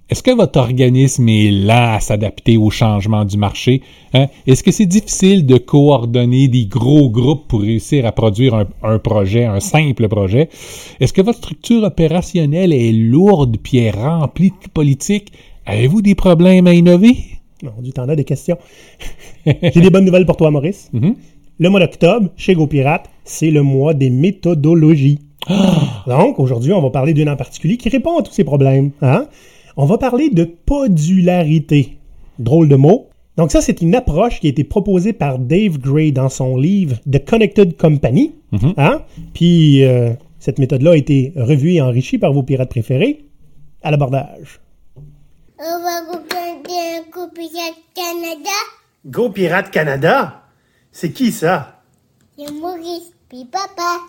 Est-ce que votre organisme est lent à s'adapter aux changements du marché? Hein? Est-ce que c'est difficile de coordonner des gros groupes pour réussir à produire un projet, un simple projet? Est-ce que votre structure opérationnelle est lourde puis est remplie de politique? Avez-vous des problèmes à innover? Mon Dieu, t'en as des questions. J'ai des bonnes nouvelles pour toi, Maurice. Mm-hmm. Le mois d'octobre, chez GoPirate, c'est le mois des méthodologies. Donc, aujourd'hui, on va parler d'une en particulier qui répond à tous ces problèmes. Hein? On va parler de podularité. Drôle de mot. Donc ça, c'est une approche qui a été proposée par Dave Gray dans son livre The Connected Company. Mm-hmm. Hein? Puis, cette méthode-là a été revue et enrichie par vos pirates préférés à l'abordage. On va regarder un GoPirate Canada. GoPirate Canada? C'est qui ça? C'est Maurice, puis papa.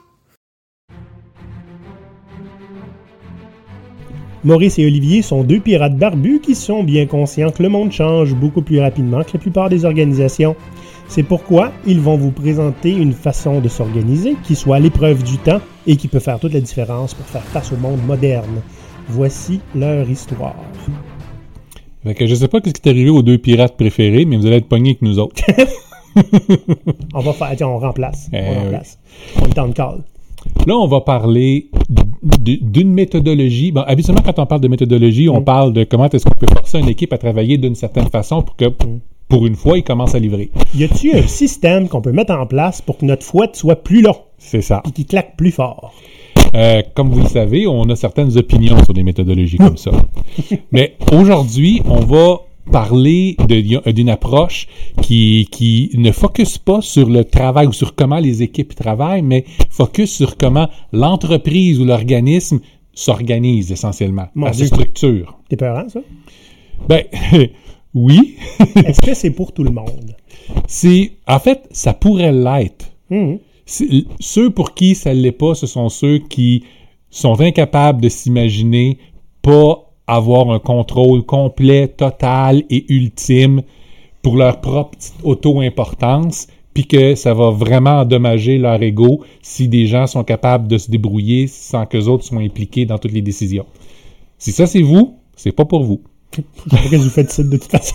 Maurice et Olivier sont deux pirates barbus qui sont bien conscients que le monde change beaucoup plus rapidement que la plupart des organisations. C'est pourquoi ils vont vous présenter une façon de s'organiser qui soit à l'épreuve du temps et qui peut faire toute la différence pour faire face au monde moderne. Voici leur histoire. Fait que je sais pas ce qui est arrivé aux deux pirates préférés, mais vous allez être pognés avec nous autres. On va faire, tiens, on remplace. Oui. On est en call. Là, on va parler d'une méthodologie. Bon, habituellement, quand on parle de méthodologie, on parle de comment est-ce qu'on peut forcer une équipe à travailler d'une certaine façon pour que, pour une fois, ils commencent à livrer. Y a-t-il un système qu'on peut mettre en place pour que notre fouette soit plus long? C'est ça. Et qu'il claque plus fort? Comme vous le savez, on a certaines opinions sur des méthodologies comme ça. Mais aujourd'hui, on va parler d'une approche qui ne focus pas sur le travail ou sur comment les équipes travaillent, mais focus sur comment l'entreprise ou l'organisme s'organise essentiellement, à sa structure. C'est peurant, ça? Ben, oui. Est-ce que c'est pour tout le monde? En fait, ça pourrait l'être. Mm-hmm. Ceux pour qui ça ne l'est pas, ce sont ceux qui sont incapables de s'imaginer pas avoir un contrôle complet, total et ultime pour leur propre petite auto-importance, puis que ça va vraiment endommager leur ego si des gens sont capables de se débrouiller sans qu'eux autres soient impliqués dans toutes les décisions. Si ça, c'est vous, c'est pas pour vous. Je sais pas que vous faites ça de toute façon.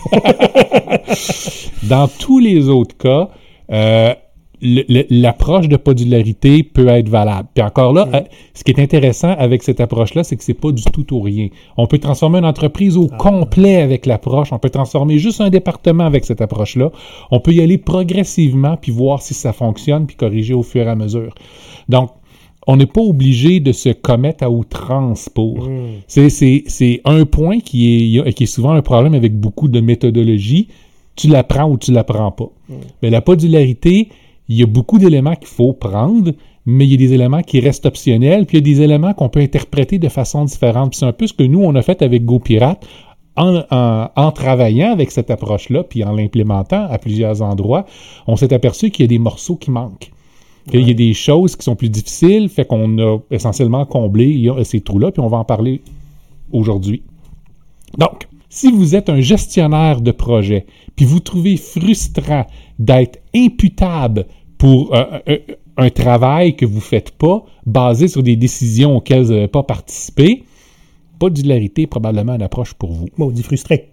Dans tous les autres cas, l'approche de podularité peut être valable. Puis encore là, ce qui est intéressant avec cette approche-là, c'est que c'est pas du tout ou rien. On peut transformer une entreprise au complet avec l'approche. On peut transformer juste un département avec cette approche-là. On peut y aller progressivement puis voir si ça fonctionne puis corriger au fur et à mesure. Donc, on n'est pas obligé de se commettre à outrance pour. C'est un point qui est souvent un problème avec beaucoup de méthodologies. Tu l'apprends ou tu l'apprends pas. Mais la podularité, il y a beaucoup d'éléments qu'il faut prendre, mais il y a des éléments qui restent optionnels, puis il y a des éléments qu'on peut interpréter de façon différente. Puis c'est un peu ce que nous, on a fait avec GoPirate en travaillant avec cette approche-là, puis en l'implémentant à plusieurs endroits. On s'est aperçu qu'il y a des morceaux qui manquent. Il y a des choses qui sont plus difficiles, fait qu'on a essentiellement comblé ces trous-là, puis on va en parler aujourd'hui. Donc, si vous êtes un gestionnaire de projet, puis vous trouvez frustrant d'être imputable pour un travail que vous ne faites pas, basé sur des décisions auxquelles vous n'avez pas participé, podularité est probablement une approche pour vous. Maudit frustré.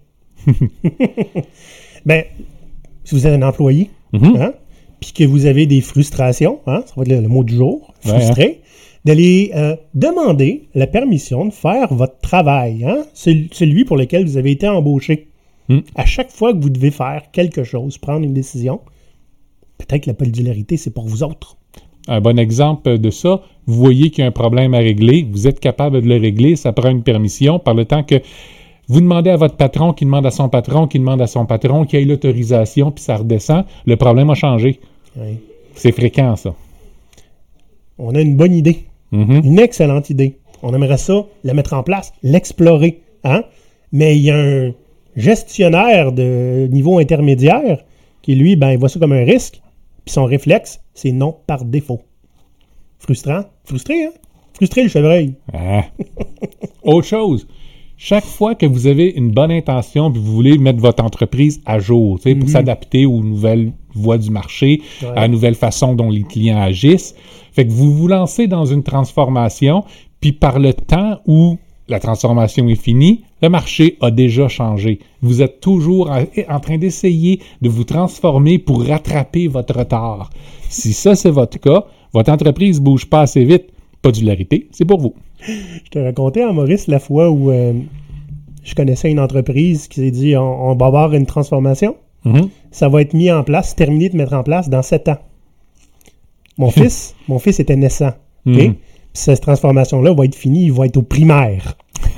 Ben, si vous êtes un employé, hein, puis que vous avez des frustrations, hein, ça va être le mot du jour, frustré, d'aller demander la permission de faire votre travail, hein, celui pour lequel vous avez été embauché. À chaque fois que vous devez faire quelque chose, prendre une décision, peut-être que la podularité, c'est pour vous autres. Un bon exemple de ça, vous voyez qu'il y a un problème à régler, vous êtes capable de le régler, ça prend une permission par le temps que vous demandez à votre patron, qui demande à son patron, qui demande à son patron, qui ait l'autorisation, puis ça redescend, le problème a changé. Oui. C'est fréquent, ça. On a une bonne idée, une excellente idée. On aimerait ça, la mettre en place, l'explorer, hein? Mais il y a un gestionnaire de niveau intermédiaire qui, lui, ben, il voit ça comme un risque, puis son réflexe, c'est non par défaut. Frustrant? Frustré, hein? Frustré, le chevreuil. Ah. Autre chose, chaque fois que vous avez une bonne intention puis vous voulez mettre votre entreprise à jour, tu sais, pour s'adapter aux nouvelles voies du marché, à la nouvelle façon dont les clients agissent, fait que vous vous lancez dans une transformation, puis par le temps où la transformation est finie, le marché a déjà changé. Vous êtes toujours en train d'essayer de vous transformer pour rattraper votre retard. Si ça, c'est votre cas, votre entreprise ne bouge pas assez vite, Podularité, c'est pour vous. Je te racontais, Maurice, la fois où je connaissais une entreprise qui s'est dit on va avoir une transformation. Mm-hmm. Ça va être mis en place, terminé de mettre en place dans 7 ans. Mon fils était naissant. Mm-hmm. Okay? Puis cette transformation-là va être finie, il va être au primaire.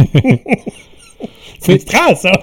C'est frustrant, ça!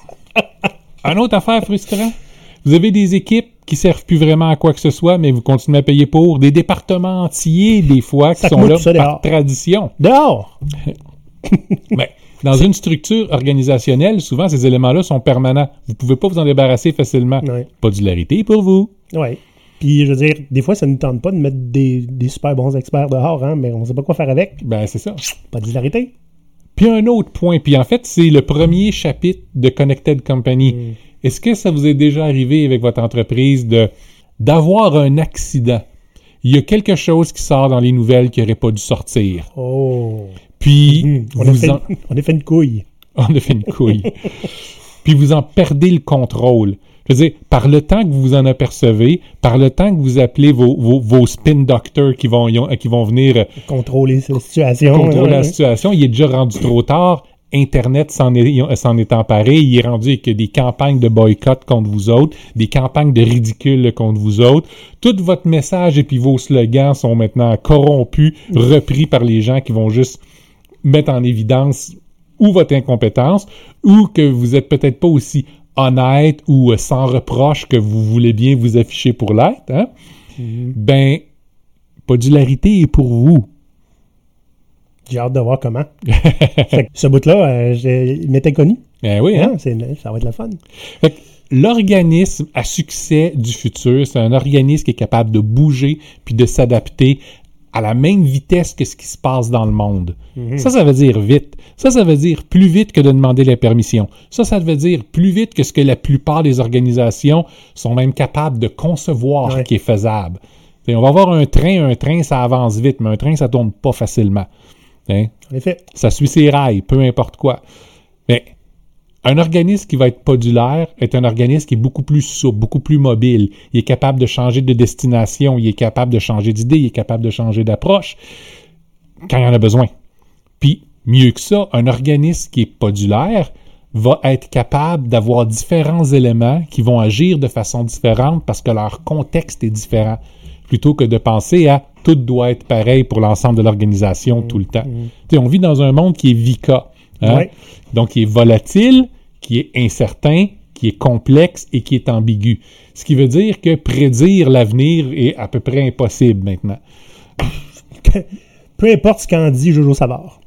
Une autre affaire frustrante. Vous avez des équipes qui ne servent plus vraiment à quoi que ce soit, mais vous continuez à payer pour. Des départements entiers, des fois, qui sont là par tradition. Dehors! Mais dans une structure organisationnelle, souvent, ces éléments-là sont permanents. Vous ne pouvez pas vous en débarrasser facilement. Ouais. Podularité pour vous. Oui. Puis, je veux dire, des fois, ça ne nous tente pas de mettre des super bons experts dehors, hein, mais on ne sait pas quoi faire avec. Ben, c'est ça. Podularité. Puis, un autre point. Puis, en fait, c'est le premier chapitre de Connected Company. Est-ce que ça vous est déjà arrivé avec votre entreprise d'avoir un accident? Il y a quelque chose qui sort dans les nouvelles qui n'aurait pas dû sortir. Oh! Puis, on a fait une couille. On a fait une couille. Puis, vous en perdez le contrôle. Je veux dire, par le temps que vous vous en apercevez, par le temps que vous appelez vos spin doctors qui vont venir contrôler la situation. Contrôler la situation, il est déjà rendu trop tard. Internet s'en est emparé. Il est rendu avec des campagnes de boycott contre vous autres, des campagnes de ridicule contre vous autres. Tout votre message et puis vos slogans sont maintenant corrompus, repris par les gens qui vont juste mettre en évidence ou votre incompétence ou que vous êtes peut-être pas aussi honnête ou sans reproche que vous voulez bien vous afficher pour l'être. Hein? Mm-hmm. Ben, Podularité est pour vous. J'ai hâte de voir comment. Ce bout-là, il m'était connu. Ben oui, hein? Ça va être le fun. Fait que l'organisme à succès du futur, c'est un organisme qui est capable de bouger puis de s'adapter à la même vitesse que ce qui se passe dans le monde. Mm-hmm. Ça veut dire vite. Ça veut dire plus vite que de demander la permission. Ça veut dire plus vite que ce que la plupart des organisations sont même capables de concevoir qui est faisable. T'sais, on va avoir un train, ça avance vite, mais un train, ça tourne pas facilement. Hein? En effet. Ça suit ses rails, peu importe quoi. Mais un organisme qui va être podulaire est un organisme qui est beaucoup plus souple, beaucoup plus mobile. Il est capable de changer de destination, il est capable de changer d'idée, il est capable de changer d'approche quand il y en a besoin. Puis, mieux que ça, un organisme qui est podulaire va être capable d'avoir différents éléments qui vont agir de façon différente parce que leur contexte est différent. Plutôt que de penser à tout doit être pareil pour l'ensemble de l'organisation tout le temps. On vit dans un monde qui est VICA. Hein? Ouais. Donc, qui est volatile, qui est incertain, qui est complexe et qui est ambigu. Ce qui veut dire que prédire l'avenir est à peu près impossible maintenant. Peu importe ce qu'en dit Jojo Savard.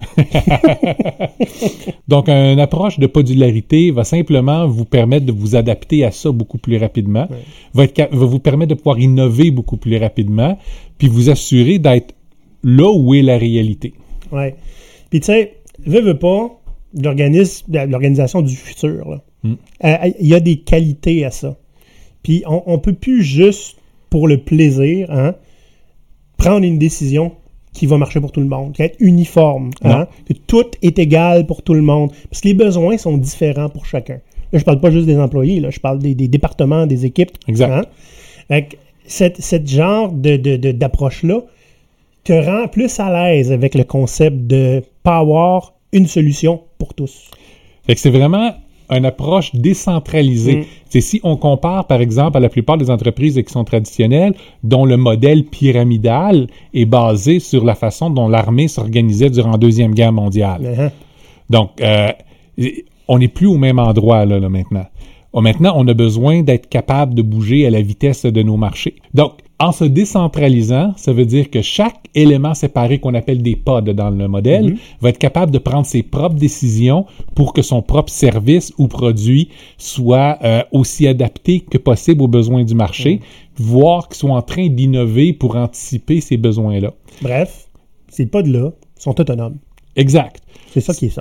Donc, une approche de podularité va simplement vous permettre de vous adapter à ça beaucoup plus rapidement, va vous permettre de pouvoir innover beaucoup plus rapidement, puis vous assurer d'être là où est la réalité. Oui. Puis, tu sais, veux pas, l'organisation du futur, il y a des qualités à ça. Puis, on peut plus juste, pour le plaisir, prendre une décision qui va marcher pour tout le monde, qui va être uniforme, que tout est égal pour tout le monde, parce que les besoins sont différents pour chacun. Là, je parle pas juste des employés, là, je parle des départements, des équipes. Exact. Cette genre d'approche-là te rend plus à l'aise avec le concept de pas avoir une solution pour tous. Fait que c'est vraiment une approche décentralisée. C'est si on compare, par exemple, à la plupart des entreprises qui sont traditionnelles, dont le modèle pyramidal est basé sur la façon dont l'armée s'organisait durant la Deuxième Guerre mondiale. Uh-huh. Donc, on n'est plus au même endroit là maintenant. Maintenant, on a besoin d'être capable de bouger à la vitesse de nos marchés. Donc, en se décentralisant, ça veut dire que chaque élément séparé qu'on appelle des pods dans le modèle va être capable de prendre ses propres décisions pour que son propre service ou produit soit aussi adapté que possible aux besoins du marché, voire qu'ils soient en train d'innover pour anticiper ces besoins-là. Bref, ces pods-là sont autonomes. Exact. C'est ça qui est ça.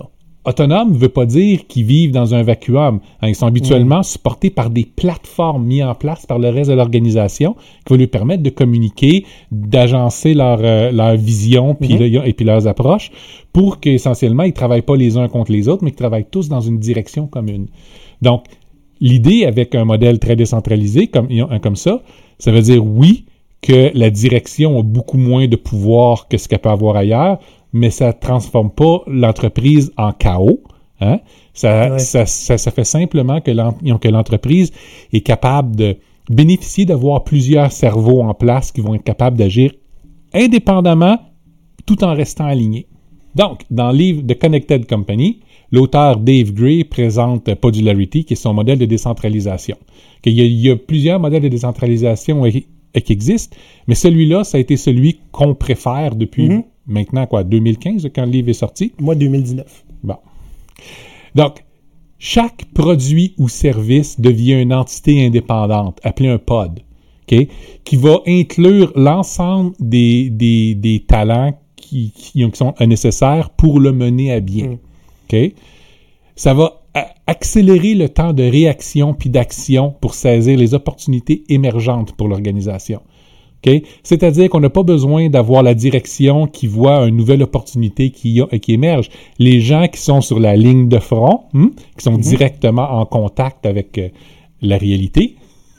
autonome ne veut pas dire qu'ils vivent dans un vacuum. Ils sont habituellement supportés par des plateformes mises en place par le reste de l'organisation qui vont lui permettre de communiquer, d'agencer leur vision et puis leurs approches pour qu'essentiellement, ils ne travaillent pas les uns contre les autres, mais qu'ils travaillent tous dans une direction commune. Donc, l'idée avec un modèle très décentralisé comme ça veut dire oui, que la direction a beaucoup moins de pouvoir que ce qu'elle peut avoir ailleurs, mais ça ne transforme pas l'entreprise en chaos. Hein? Ça fait simplement que l'entreprise est capable de bénéficier d'avoir plusieurs cerveaux en place qui vont être capables d'agir indépendamment tout en restant alignés. Donc, dans le livre The Connected Company, l'auteur Dave Gray présente Podularity, qui est son modèle de décentralisation. Il y a plusieurs modèles de décentralisation qui existent, mais celui-là, ça a été celui qu'on préfère depuis maintenant, 2015, quand le livre est sorti? Moi, 2019. Bon. Donc, chaque produit ou service devient une entité indépendante, appelée un pod, okay, qui va inclure l'ensemble des talents qui sont nécessaires pour le mener à bien. Okay? Ça va accélérer le temps de réaction puis d'action pour saisir les opportunités émergentes pour l'organisation. Okay? C'est-à-dire qu'on n'a pas besoin d'avoir la direction qui voit une nouvelle opportunité qui émerge. Les gens qui sont sur la ligne de front, qui sont directement en contact avec la réalité,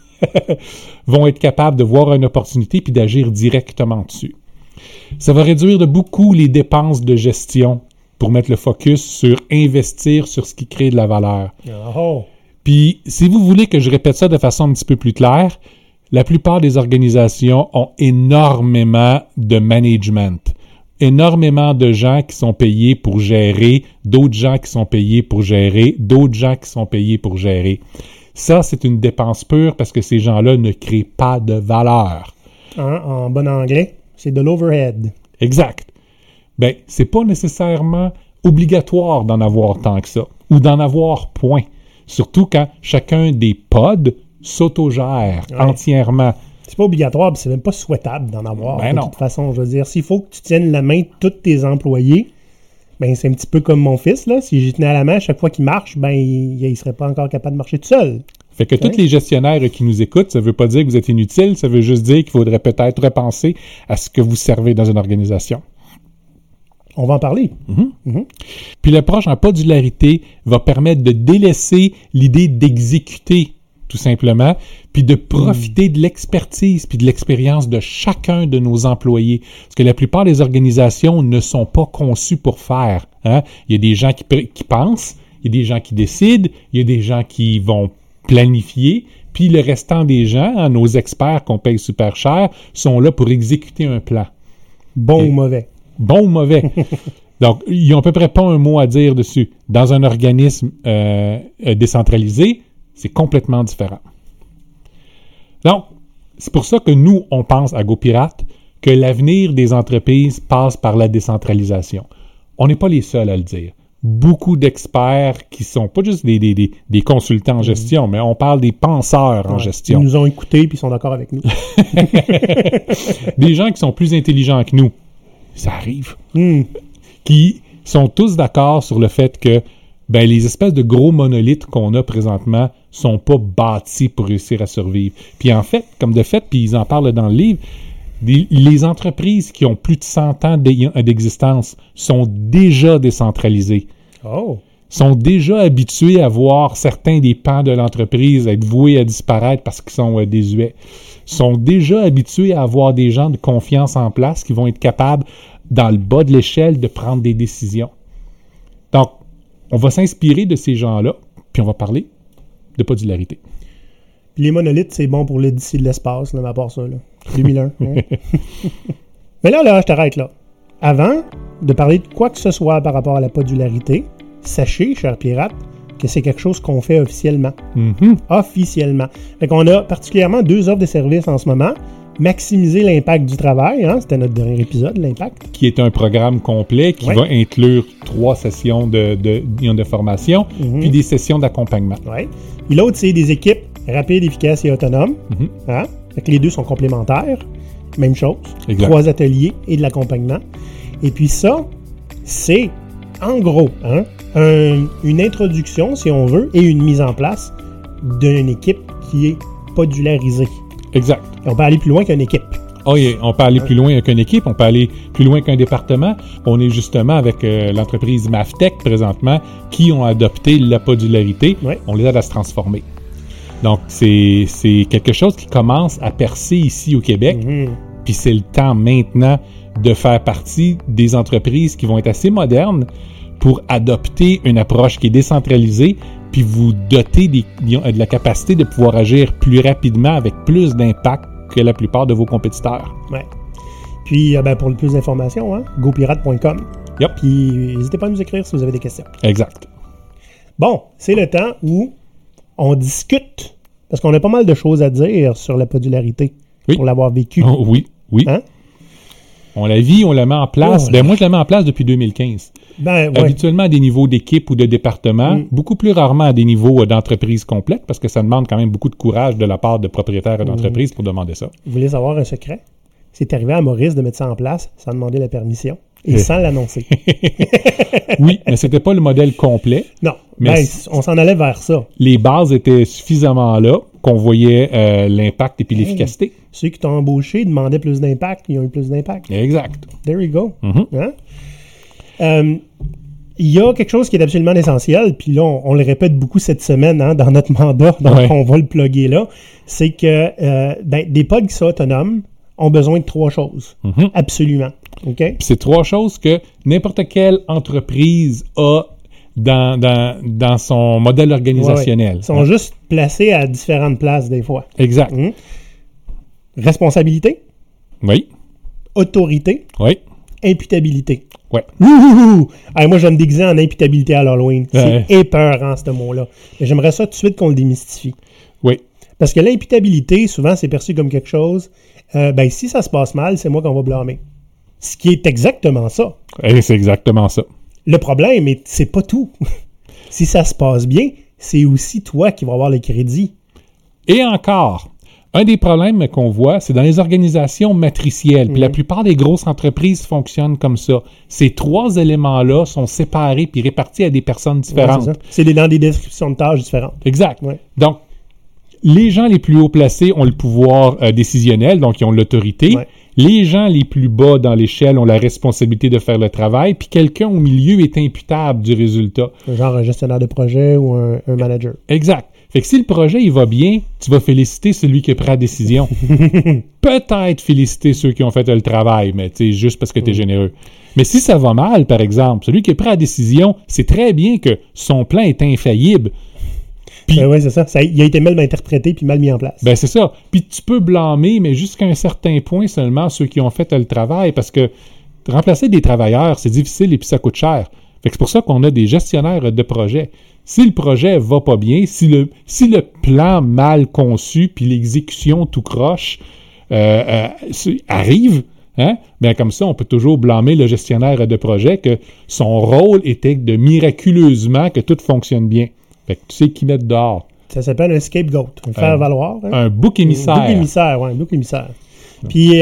vont être capables de voir une opportunité puis d'agir directement dessus. Ça va réduire de beaucoup les dépenses de gestion pour mettre le focus sur investir sur ce qui crée de la valeur. Oh. Puis, si vous voulez que je répète ça de façon un petit peu plus claire, la plupart des organisations ont énormément de management, énormément de gens qui sont payés pour gérer, d'autres gens qui sont payés pour gérer, d'autres gens qui sont payés pour gérer. Ça, c'est une dépense pure parce que ces gens-là ne créent pas de valeur. En bon anglais, c'est de l'overhead. Exact. Ben, c'est pas nécessairement obligatoire d'en avoir tant que ça, ou d'en avoir point. Surtout quand chacun des pods s'autogère entièrement. C'est pas obligatoire, c'est même pas souhaitable d'en avoir. Ben de toute façon, je veux dire, s'il faut que tu tiennes la main de tous tes employés, ben c'est un petit peu comme mon fils, là. Si j'y tenais à la main, chaque fois qu'il marche, ben il serait pas encore capable de marcher tout seul. Fait que tous les gestionnaires qui nous écoutent, ça veut pas dire que vous êtes inutile, ça veut juste dire qu'il faudrait peut-être repenser à ce que vous servez dans une organisation. On va en parler. Puis l'approche en podularité va permettre de délaisser l'idée d'exécuter, tout simplement, puis de profiter de l'expertise puis de l'expérience de chacun de nos employés. Parce que la plupart des organisations ne sont pas conçues pour faire. Hein? Il y a des gens qui pensent, il y a des gens qui décident, il y a des gens qui vont planifier, puis le restant des gens, nos experts qu'on paye super cher, sont là pour exécuter un plan. Bon ou mauvais? Bon ou mauvais. Donc, ils n'ont à peu près pas un mot à dire dessus. Dans un organisme décentralisé, c'est complètement différent. Donc, c'est pour ça que nous, on pense à GoPirate que l'avenir des entreprises passe par la décentralisation. On n'est pas les seuls à le dire. Beaucoup d'experts qui sont pas juste des consultants en gestion, mais on parle des penseurs en gestion. Ils nous ont écoutés puis ils sont d'accord avec nous. Des gens qui sont plus intelligents que nous. Ça arrive. Qui sont tous d'accord sur le fait que les espèces de gros monolithes qu'on a présentement sont pas bâtis pour réussir à survivre. Puis en fait, puis ils en parlent dans le livre, les entreprises qui ont plus de 100 ans d'existence sont déjà décentralisées. Sont déjà habitués à voir certains des pans de l'entreprise être voués à disparaître parce qu'ils sont désuets. Sont déjà habitués à avoir des gens de confiance en place qui vont être capables, dans le bas de l'échelle, de prendre des décisions. Donc, on va s'inspirer de ces gens-là, puis on va parler de podularité. Puis les monolithes, c'est bon pour l'Odyssée de l'espace, là, à part ça, là. 2001. Hein? Mais là, je t'arrête là. Avant de parler de quoi que ce soit par rapport à la podularité, sachez, cher pirate, que c'est quelque chose qu'on fait officiellement. Officiellement. Fait qu'on a particulièrement 2 offres de services en ce moment. Maximiser l'impact du travail, hein? C'était notre dernier épisode, l'impact. Qui est un programme complet qui va inclure 3 sessions de formation, puis des sessions d'accompagnement. Oui. Et l'autre, c'est des équipes rapides, efficaces et autonomes. Hein? Fait que les 2 sont complémentaires. Même chose. Exact. 3 ateliers et de l'accompagnement. Et puis ça, c'est en gros, une introduction, si on veut, et une mise en place d'une équipe qui est modularisée. Exact. Et on peut aller plus loin qu'une équipe. Oui, on peut aller plus loin qu'une équipe, on peut aller plus loin qu'un département. On est justement avec l'entreprise Maftech présentement qui ont adopté la modularité. Oui. On les aide à se transformer. Donc, c'est quelque chose qui commence à percer ici au Québec. Puis c'est le temps maintenant de faire partie des entreprises qui vont être assez modernes pour adopter une approche qui est décentralisée puis vous doter de la capacité de pouvoir agir plus rapidement avec plus d'impact que la plupart de vos compétiteurs. Ouais. Puis, pour le plus d'informations, gopirate.com. Yep. Puis, n'hésitez pas à nous écrire si vous avez des questions. Exact. Bon, c'est le temps où on discute, parce qu'on a pas mal de choses à dire sur la modularité pour l'avoir vécu. Oh, oui. Hein? On la vit, on la met en place. Moi, je la mets en place depuis 2015. Habituellement à des niveaux d'équipe ou de département, beaucoup plus rarement à des niveaux d'entreprise complète, parce que ça demande quand même beaucoup de courage de la part de propriétaires d'entreprises pour demander ça. Vous voulez savoir un secret? C'est arrivé à Maurice de mettre ça en place sans demander la permission et sans l'annoncer. Oui, mais c'était pas le modèle complet. Non, mais on s'en allait vers ça. Les bases étaient suffisamment là qu'on voyait l'impact et puis l'efficacité. Ceux qui t'ont embauché demandaient plus d'impact, ils ont eu plus d'impact. Exact. There you go. Il y a quelque chose qui est absolument essentiel, puis là, on le répète beaucoup cette semaine dans notre mandat, donc on va le plugger là, c'est que des pods qui sont autonomes ont besoin de 3 choses. Absolument. Okay? C'est 3 choses que n'importe quelle entreprise a dans son modèle organisationnel. Ils sont juste placés à différentes places des fois. Exact. Responsabilité. Oui. Autorité. Oui. Imputabilité. Ouais. Moi, je vais me déguiser en imputabilité à l'Halloween. C'est épeurant, ce mot-là. Mais j'aimerais ça tout de suite qu'on le démystifie. Oui. Parce que l'imputabilité, souvent, c'est perçu comme quelque chose, si ça se passe mal, c'est moi qu'on va blâmer. Ce qui est exactement ça. Et c'est exactement ça. Le problème, c'est pas tout. Si ça se passe bien, c'est aussi toi qui vas avoir le crédit. Et encore, un des problèmes qu'on voit, c'est dans les organisations matricielles. Puis la plupart des grosses entreprises fonctionnent comme ça. Ces 3 éléments-là sont séparés puis répartis à des personnes différentes. Ouais, c'est dans des descriptions de tâches différentes. Exact. Ouais. Donc, les gens les plus haut placés ont le pouvoir décisionnel, donc ils ont l'autorité. Ouais. Les gens les plus bas dans l'échelle ont la responsabilité de faire le travail, puis quelqu'un au milieu est imputable du résultat. Genre un gestionnaire de projet ou un manager. Exact. Fait que si le projet il va bien, tu vas féliciter celui qui a pris la décision. Peut-être féliciter ceux qui ont fait le travail, mais tu sais, juste parce que tu es généreux. Mais si ça va mal, par exemple, celui qui a pris la décision, c'est très bien que son plan est infaillible. Oui, c'est ça. Il a été mal interprété puis mal mis en place. C'est ça. Puis tu peux blâmer, mais jusqu'à un certain point seulement ceux qui ont fait le travail, parce que remplacer des travailleurs, c'est difficile et puis ça coûte cher. Fait que c'est pour ça qu'on a des gestionnaires de projet. Si le projet va pas bien, si le plan mal conçu puis l'exécution tout croche arrive, comme ça, on peut toujours blâmer le gestionnaire de projet que son rôle était de miraculeusement que tout fonctionne bien. Fait que tu sais qui mettre dehors. Ça s'appelle un scapegoat, un faire-valoir. Un bouc émissaire. Un bouc émissaire. Puis,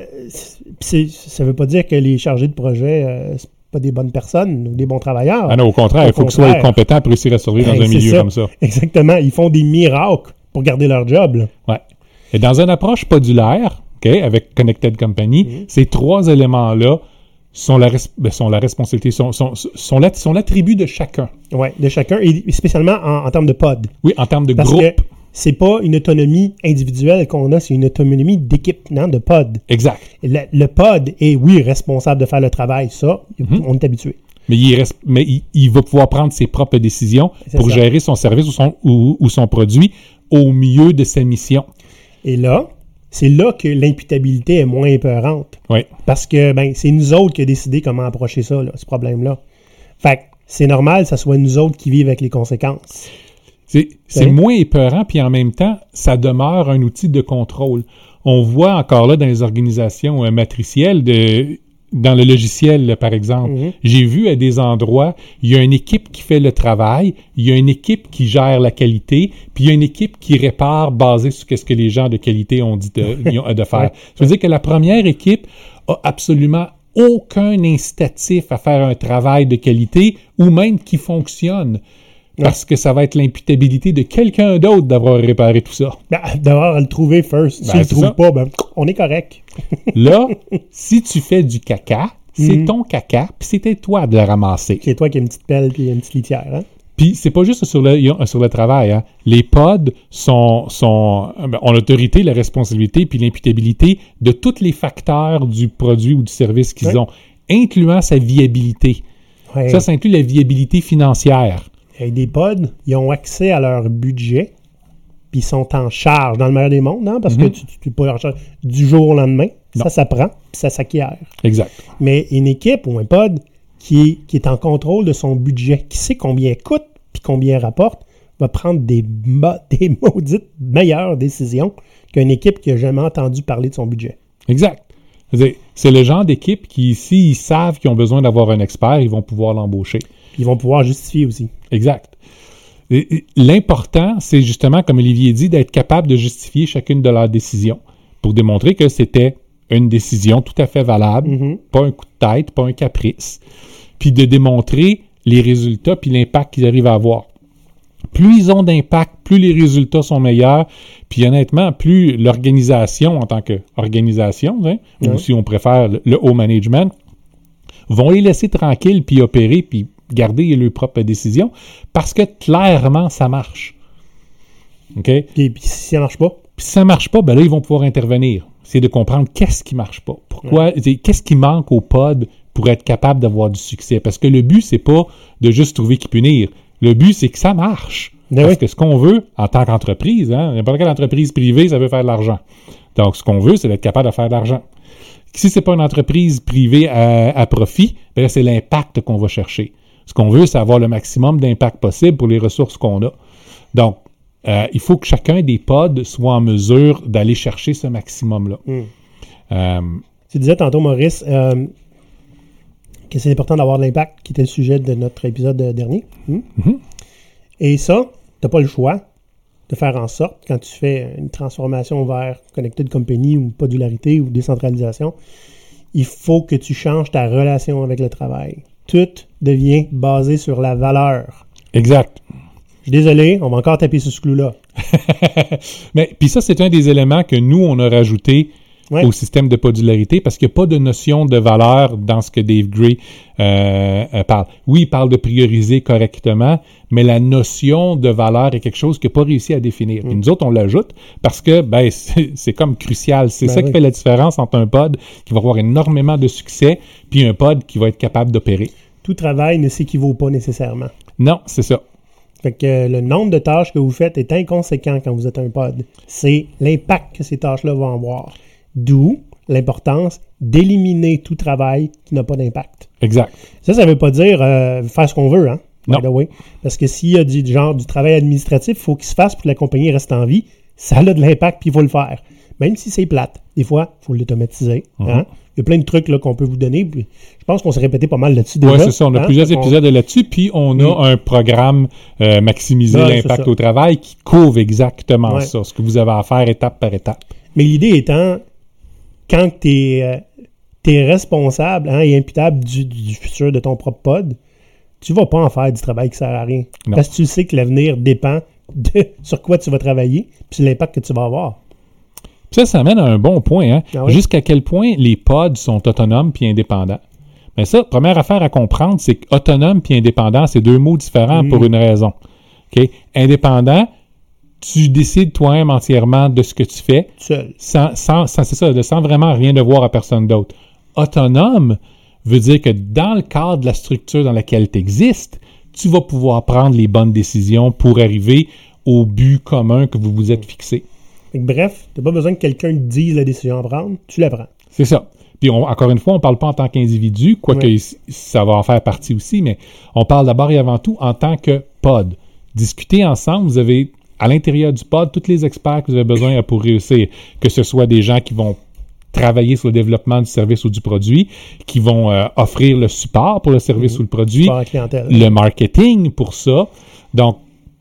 ça veut pas dire que les chargés de projet, c'est pas des bonnes personnes ou des bons travailleurs. Ah non, au contraire, il faut qu'ils soient compétents pour réussir à survivre dans un milieu comme ça. Exactement. Ils font des miracles pour garder leur job. Là. Ouais. Et dans une approche modulaire, avec Connected Company, ces 3 éléments-là sont la responsabilité, sont l'attribut de chacun. Oui, de chacun, et spécialement en termes de pod. Oui, en termes de Parce groupe. Que c'est pas une autonomie individuelle qu'on a, c'est une autonomie d'équipe, de pod. Exact. Le pod est, oui, responsable de faire le travail, ça, on est habitué. Mais il va pouvoir prendre ses propres décisions pour gérer son service ou son produit au mieux de sa mission. Et là, c'est là que l'imputabilité est moins épeurante. Oui. Parce que c'est nous autres qui avons décidé comment approcher ça, ce problème-là. Fait que c'est normal que ce soit nous autres qui vivent avec les conséquences. C'est moins épeurant, puis en même temps, ça demeure un outil de contrôle. On voit encore là dans les organisations matricielles, dans le logiciel, par exemple, j'ai vu à des endroits, il y a une équipe qui fait le travail, il y a une équipe qui gère la qualité, puis il y a une équipe qui répare basée sur ce que les gens de qualité ont dit de faire. Ça veut dire que la première équipe a absolument aucun incitatif à faire un travail de qualité ou même qui fonctionne. Parce que ça va être l'imputabilité de quelqu'un d'autre d'avoir réparé tout ça. D'avoir à le trouver first. Si tu le trouves pas, on est correct. Là, si tu fais du caca, c'est ton caca, puis c'était toi de le ramasser. C'est toi qui as une petite pelle et une petite litière. Hein? Puis c'est pas juste sur le travail. Hein. Les pods ont l'autorité, la responsabilité, puis l'imputabilité de tous les facteurs du produit ou du service qu'ils ont, incluant sa viabilité. Ouais. Ça inclut la viabilité financière. Et des pods, ils ont accès à leur budget, puis ils sont en charge dans le meilleur des mondes, hein, parce que tu n'es pas en charge du jour au lendemain. Non. Ça s'apprend, puis ça s'acquiert. Exact. Mais une équipe ou un pod qui est en contrôle de son budget, qui sait combien il coûte, puis combien il rapporte, va prendre des maudites meilleures décisions qu'une équipe qui n'a jamais entendu parler de son budget. Exact. C'est le genre d'équipe qui, s'ils savent qu'ils ont besoin d'avoir un expert, ils vont pouvoir l'embaucher. Ils vont pouvoir justifier aussi. Exact. L'important, c'est justement, comme Olivier dit, d'être capable de justifier chacune de leurs décisions pour démontrer que c'était une décision tout à fait valable, pas un coup de tête, pas un caprice, puis de démontrer les résultats puis l'impact qu'ils arrivent à avoir. Plus ils ont d'impact, plus les résultats sont meilleurs, puis honnêtement, plus l'organisation en tant qu'organisation, ou si on préfère le haut management, vont les laisser tranquilles puis opérer puis garder leurs propres décisions parce que clairement, ça marche. OK? Et puis si ça marche pas? Puis si ça marche pas, ben là, ils vont pouvoir intervenir. C'est de comprendre qu'est-ce qui marche pas. Pourquoi? Qu'est-ce qui manque au pod pour être capable d'avoir du succès? Parce que le but, c'est pas de juste trouver qui punir. Le but, c'est que ça marche. Parce que ce qu'on veut, en tant qu'entreprise, n'importe quelle entreprise privée, ça veut faire de l'argent. Donc, ce qu'on veut, c'est d'être capable de faire de l'argent. Si c'est pas une entreprise privée à profit, ben là, c'est l'impact qu'on va chercher. Ce qu'on veut, c'est avoir le maximum d'impact possible pour les ressources qu'on a. Donc, il faut que chacun des pods soit en mesure d'aller chercher ce maximum-là. Tu disais tantôt, Maurice, que c'est important d'avoir de l'impact, qui était le sujet de notre épisode dernier. Et ça, tu n'as pas le choix de faire en sorte, quand tu fais une transformation vers Connected Company ou modularité ou décentralisation, il faut que tu changes ta relation avec le travail. Tout devient basé sur la valeur. Exact. Je suis désolé, on va encore taper sur ce clou-là. Mais puis ça, c'est un des éléments que nous, on a rajouté au système de modularité parce qu'il n'y a pas de notion de valeur dans ce que Dave Gray parle. Oui, il parle de prioriser correctement, mais la notion de valeur est quelque chose qu'il n'a pas réussi à définir. Et nous autres, on l'ajoute parce que c'est comme crucial. C'est ça qui fait la différence entre un pod qui va avoir énormément de succès puis un pod qui va être capable d'opérer. Tout travail ne s'équivaut pas nécessairement. Non, c'est ça. Fait que le nombre de tâches que vous faites est inconséquent quand vous êtes un pod. C'est l'impact que ces tâches-là vont avoir. D'où l'importance d'éliminer tout travail qui n'a pas d'impact. Exact. Ça ne veut pas dire faire ce qu'on veut, hein? Non. Parce que s'il y a du travail administratif, il faut qu'il se fasse pour que la compagnie reste en vie. Ça a de l'impact, puis il faut le faire. Même si c'est plate. Des fois, il faut l'automatiser. Hein? Il y a plein de trucs là, qu'on peut vous donner. Puis, je pense qu'on s'est répété pas mal là-dessus déjà. Oui, c'est ça. On a plusieurs épisodes là-dessus, puis on a un programme Maximiser l'impact au travail qui couvre exactement ça, ce que vous avez à faire étape par étape. Mais l'idée étant, quand tu es responsable et imputable du futur de ton propre pod, tu vas pas en faire du travail qui sert à rien. Non. Parce que tu sais que l'avenir dépend de sur quoi tu vas travailler puis l'impact que tu vas avoir. Ça amène à un bon point. Hein? Ah oui? Jusqu'à quel point les pods sont autonomes puis indépendants. Mais ça, première affaire à comprendre, c'est qu'autonome puis indépendant, c'est deux mots différents pour une raison. Okay? Indépendant, tu décides toi-même entièrement de ce que tu fais. Seul. Sans vraiment rien devoir à personne d'autre. Autonome veut dire que dans le cadre de la structure dans laquelle tu existes, tu vas pouvoir prendre les bonnes décisions pour arriver au but commun que vous vous êtes fixé. Bref, tu n'as pas besoin que quelqu'un te dise la décision à prendre, tu la prends. C'est ça. Puis encore une fois, on ne parle pas en tant qu'individu, quoique ça va en faire partie aussi, mais on parle d'abord et avant tout en tant que pod. Discutez ensemble, vous avez à l'intérieur du pod tous les experts que vous avez besoin pour réussir, que ce soit des gens qui vont travailler sur le développement du service ou du produit, qui vont offrir le support pour le service ou le produit, le marketing pour ça. Donc,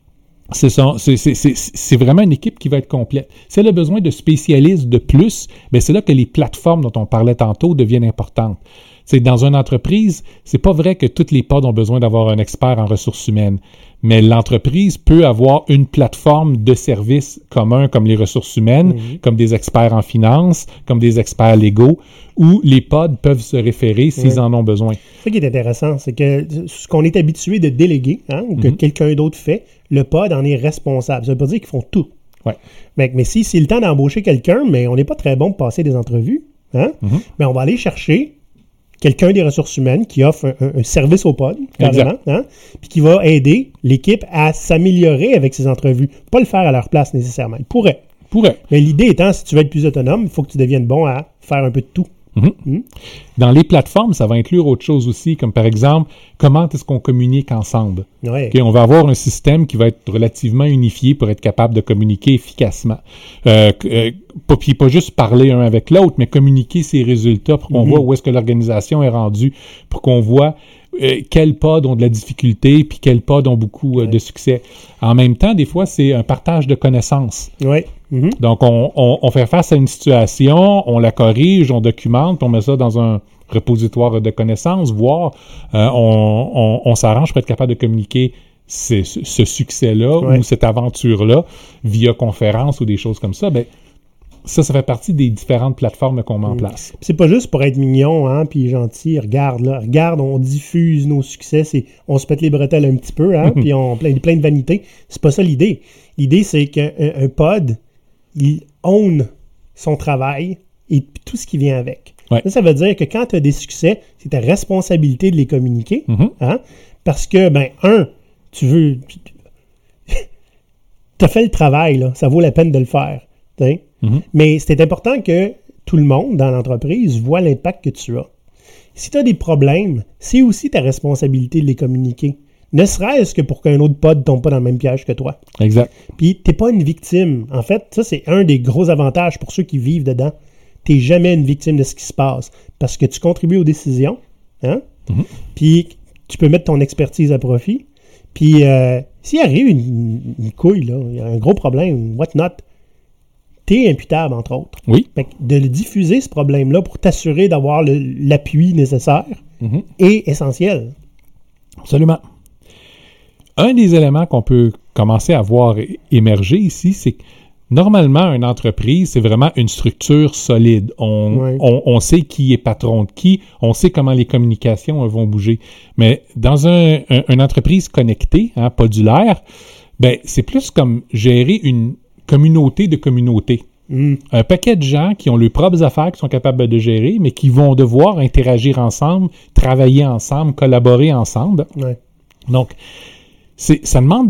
C'est vraiment une équipe qui va être complète. Si elle a besoin de spécialistes de plus, bien c'est là que les plateformes dont on parlait tantôt deviennent importantes. C'est dans une entreprise, c'est pas vrai que toutes les pods ont besoin d'avoir un expert en ressources humaines, mais l'entreprise peut avoir une plateforme de services communs comme les ressources humaines, comme des experts en finance, comme des experts légaux, où les pods peuvent se référer s'ils en ont besoin. Ce qui est intéressant, c'est que ce qu'on est habitué de déléguer, ou que quelqu'un d'autre fait, le pod en est responsable. Ça veut pas dire qu'ils font tout. Ouais. Mais si c'est le temps d'embaucher quelqu'un, mais on n'est pas très bon pour passer des entrevues, mais on va aller chercher quelqu'un des ressources humaines qui offre un service au pod, carrément, puis qui va aider l'équipe à s'améliorer avec ses entrevues. Pas le faire à leur place nécessairement. Il pourrait. Mais l'idée étant, si tu veux être plus autonome, il faut que tu deviennes bon à faire un peu de tout. Dans les plateformes, ça va inclure autre chose aussi, comme par exemple, comment est-ce qu'on communique ensemble? Ouais. Okay, on va avoir un système qui va être relativement unifié pour être capable de communiquer efficacement. Pas juste parler un avec l'autre, mais communiquer ses résultats pour qu'on voit où est-ce que l'organisation est rendue, pour qu'on voit quels pods ont de la difficulté, puis quels pods ont beaucoup de succès. En même temps, des fois, c'est un partage de connaissances. Oui. Donc, on fait face à une situation, on la corrige, on documente, on met ça dans un repositoire de connaissances, voire on s'arrange pour être capable de communiquer ce succès-là ou cette aventure-là via conférence ou des choses comme ça. Ben, ça fait partie des différentes plateformes qu'on met en place. C'est pas juste pour être mignon, puis gentil. Regarde, on diffuse nos succès. On se pète les bretelles un petit peu, puis on plein de vanité. C'est pas ça l'idée. L'idée, c'est qu'un pod, il own son travail et tout ce qui vient avec. Ouais. Ça veut dire que quand tu as des succès, c'est ta responsabilité de les communiquer. Parce que, tu as fait le travail, là, ça vaut la peine de le faire. Mais c'est important que tout le monde dans l'entreprise voit l'impact que tu as. Si tu as des problèmes, c'est aussi ta responsabilité de les communiquer. Ne serait-ce que pour qu'un autre pod ne tombe pas dans le même piège que toi. Exact. Puis, tu n'es pas une victime. En fait, ça, c'est un des gros avantages pour ceux qui vivent dedans. Tu n'es jamais une victime de ce qui se passe parce que tu contribues aux décisions. Puis, tu peux mettre ton expertise à profit. Puis, s'il arrive une couille, là, il y a un gros problème, what not, t'es imputable, entre autres. Oui. Fait que de le diffuser, ce problème-là, pour t'assurer d'avoir l'appui nécessaire est essentiel. Absolument. Un des éléments qu'on peut commencer à voir émerger ici, c'est que normalement, une entreprise, c'est vraiment une structure solide. On sait qui est patron de qui, on sait comment les communications vont bouger. Mais dans une entreprise connectée, podulaire, ben c'est plus comme gérer une communauté de communautés. Un paquet de gens qui ont leurs propres affaires qu'ils sont capables de gérer, mais qui vont devoir interagir ensemble, travailler ensemble, collaborer ensemble. Ouais. Donc, ça demande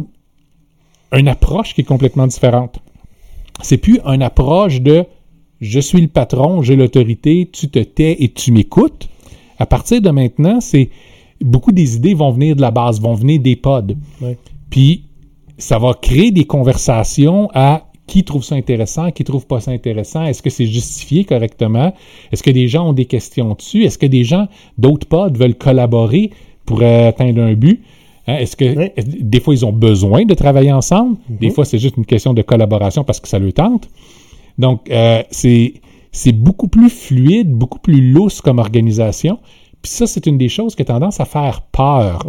une approche qui est complètement différente. C'est plus une approche de « je suis le patron, j'ai l'autorité, tu te tais et tu m'écoutes ». À partir de maintenant, beaucoup des idées vont venir de la base, vont venir des pods. Ouais. Puis, ça va créer des conversations à qui trouve ça intéressant, qui trouve pas ça intéressant, est-ce que c'est justifié correctement, est-ce que des gens ont des questions dessus, est-ce que des gens d'autres pods veulent collaborer pour atteindre un but, est-ce que des fois ils ont besoin de travailler ensemble, des fois c'est juste une question de collaboration parce que ça le tente. Donc c'est beaucoup plus fluide, beaucoup plus lousse comme organisation, puis ça c'est une des choses qui a tendance à faire peur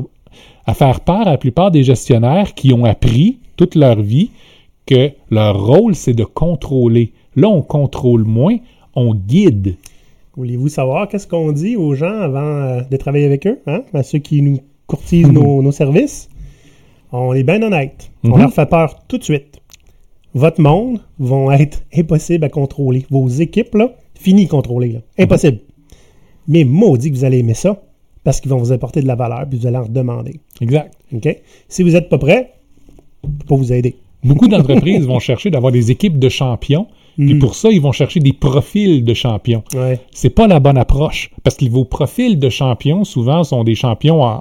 à la plupart des gestionnaires qui ont appris toute leur vie que leur rôle, c'est de contrôler. Là, on contrôle moins, on guide. Voulez-vous savoir qu'est-ce qu'on dit aux gens avant de travailler avec eux, à ceux qui nous courtisent nos services? On est bien honnête. On leur fait peur tout de suite. Votre monde va être impossible à contrôler. Vos équipes, là, fini contrôler. Là. Impossible. Mais maudit que vous allez aimer ça, parce qu'ils vont vous apporter de la valeur, puis vous allez en demander. Exact. OK? Si vous n'êtes pas prêt, je ne peux pas vous aider. Beaucoup d'entreprises vont chercher d'avoir des équipes de champions, puis pour ça, ils vont chercher des profils de champions. Ouais. C'est pas la bonne approche, parce que vos profils de champions, souvent, sont des champions en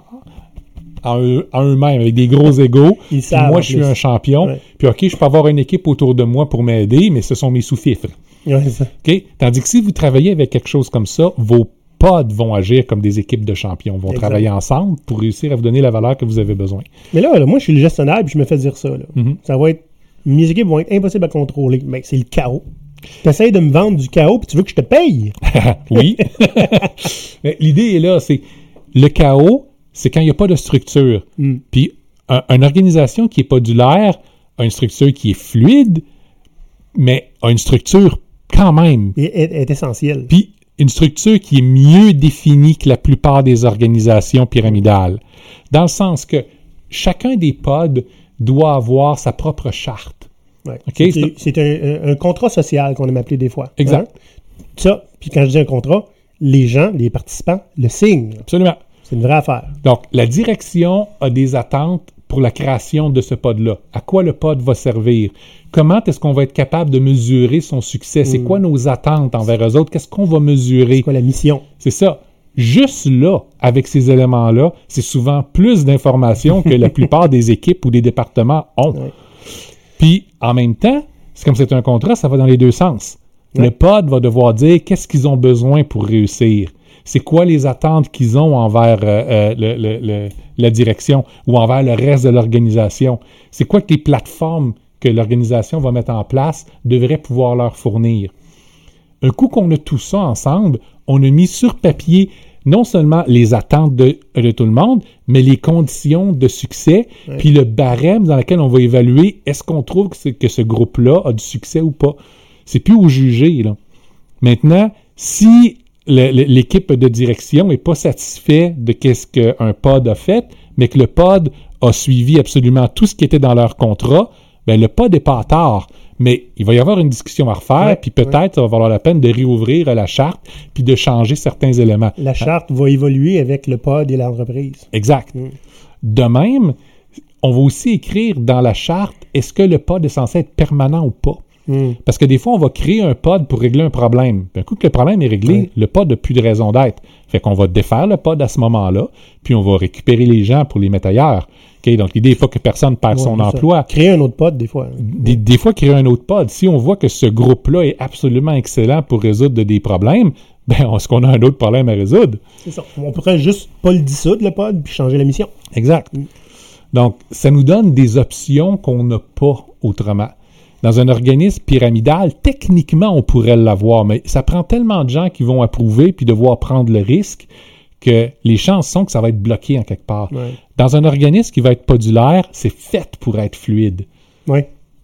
eux-mêmes, avec des gros égos. Moi, je suis un champion, puis OK, je peux avoir une équipe autour de moi pour m'aider, mais ce sont mes sous-fifres. Ouais, ça. OK? Tandis que si vous travaillez avec quelque chose comme ça, vos pods vont agir comme des équipes de champions, vont travailler ensemble pour réussir à vous donner la valeur que vous avez besoin. Mais là, moi, je suis le gestionnaire et je me fais dire ça. Là. Ça va être, mes équipes vont être impossibles à contrôler. Mais c'est le chaos. Tu essaies de me vendre du chaos puis tu veux que je te paye. Oui. L'idée est là, c'est le chaos, c'est quand il n'y a pas de structure. Puis une organisation qui est podulaire a une structure qui est fluide, mais a une structure quand même. Est essentielle. Puis une structure qui est mieux définie que la plupart des organisations pyramidales. Dans le sens que chacun des pods doit avoir sa propre charte. Ouais. Okay? C'est un contrat social qu'on aime appeler des fois. Exact. Ça, puis quand je dis un contrat, les gens, les participants, le signent. Absolument. C'est une vraie affaire. Donc, la direction a des attentes pour la création de ce pod-là. À quoi le pod va servir? Comment est-ce qu'on va être capable de mesurer son succès? C'est quoi nos attentes envers eux autres? Qu'est-ce qu'on va mesurer? C'est quoi la mission? C'est ça. Juste là, avec ces éléments-là, c'est souvent plus d'informations que la plupart des équipes ou des départements ont. Ouais. Puis, en même temps, c'est comme c'est un contrat, ça va dans les deux sens. Ouais. Le pod va devoir dire qu'est-ce qu'ils ont besoin pour réussir. C'est quoi les attentes qu'ils ont envers la direction ou envers le reste de l'organisation? C'est quoi que les plateformes que l'organisation va mettre en place devraient pouvoir leur fournir? Un coup qu'on a tout ça ensemble, on a mis sur papier non seulement les attentes de tout le monde, mais les conditions de succès, puis le barème dans lequel on va évaluer est-ce qu'on trouve que ce groupe-là a du succès ou pas. C'est plus au jugé, là. Maintenant, si l'équipe de direction n'est pas satisfait de ce qu'un pod a fait, mais que le pod a suivi absolument tout ce qui était dans leur contrat, bien, le pod n'est pas à tort. Mais il va y avoir une discussion à refaire, puis peut-être ça va valoir la peine de réouvrir la charte puis de changer certains éléments. La charte va évoluer avec le pod et l'entreprise. Exact. De même, on va aussi écrire dans la charte, est-ce que le pod est censé être permanent ou pas? Parce que des fois, on va créer un pod pour régler un problème. Puis un coup que le problème est réglé, le pod n'a plus de raison d'être. Fait qu'on va défaire le pod à ce moment-là, puis on va récupérer les gens pour les mettre ailleurs. Okay? Donc, l'idée n'est pas que personne perd son emploi. Créer un autre pod, des fois. Des fois, créer un autre pod. Si on voit que ce groupe-là est absolument excellent pour résoudre des problèmes, ben, est-ce qu'on a un autre problème à résoudre? C'est ça. On pourrait juste pas le dissoudre, le pod, puis changer la mission. Exact. Donc, ça nous donne des options qu'on n'a pas autrement. Dans un organisme pyramidal, techniquement, on pourrait l'avoir, mais ça prend tellement de gens qui vont approuver puis devoir prendre le risque que les chances sont que ça va être bloqué en quelque part. Ouais. Dans un organisme qui va être podulaire, c'est fait pour être fluide. Oui.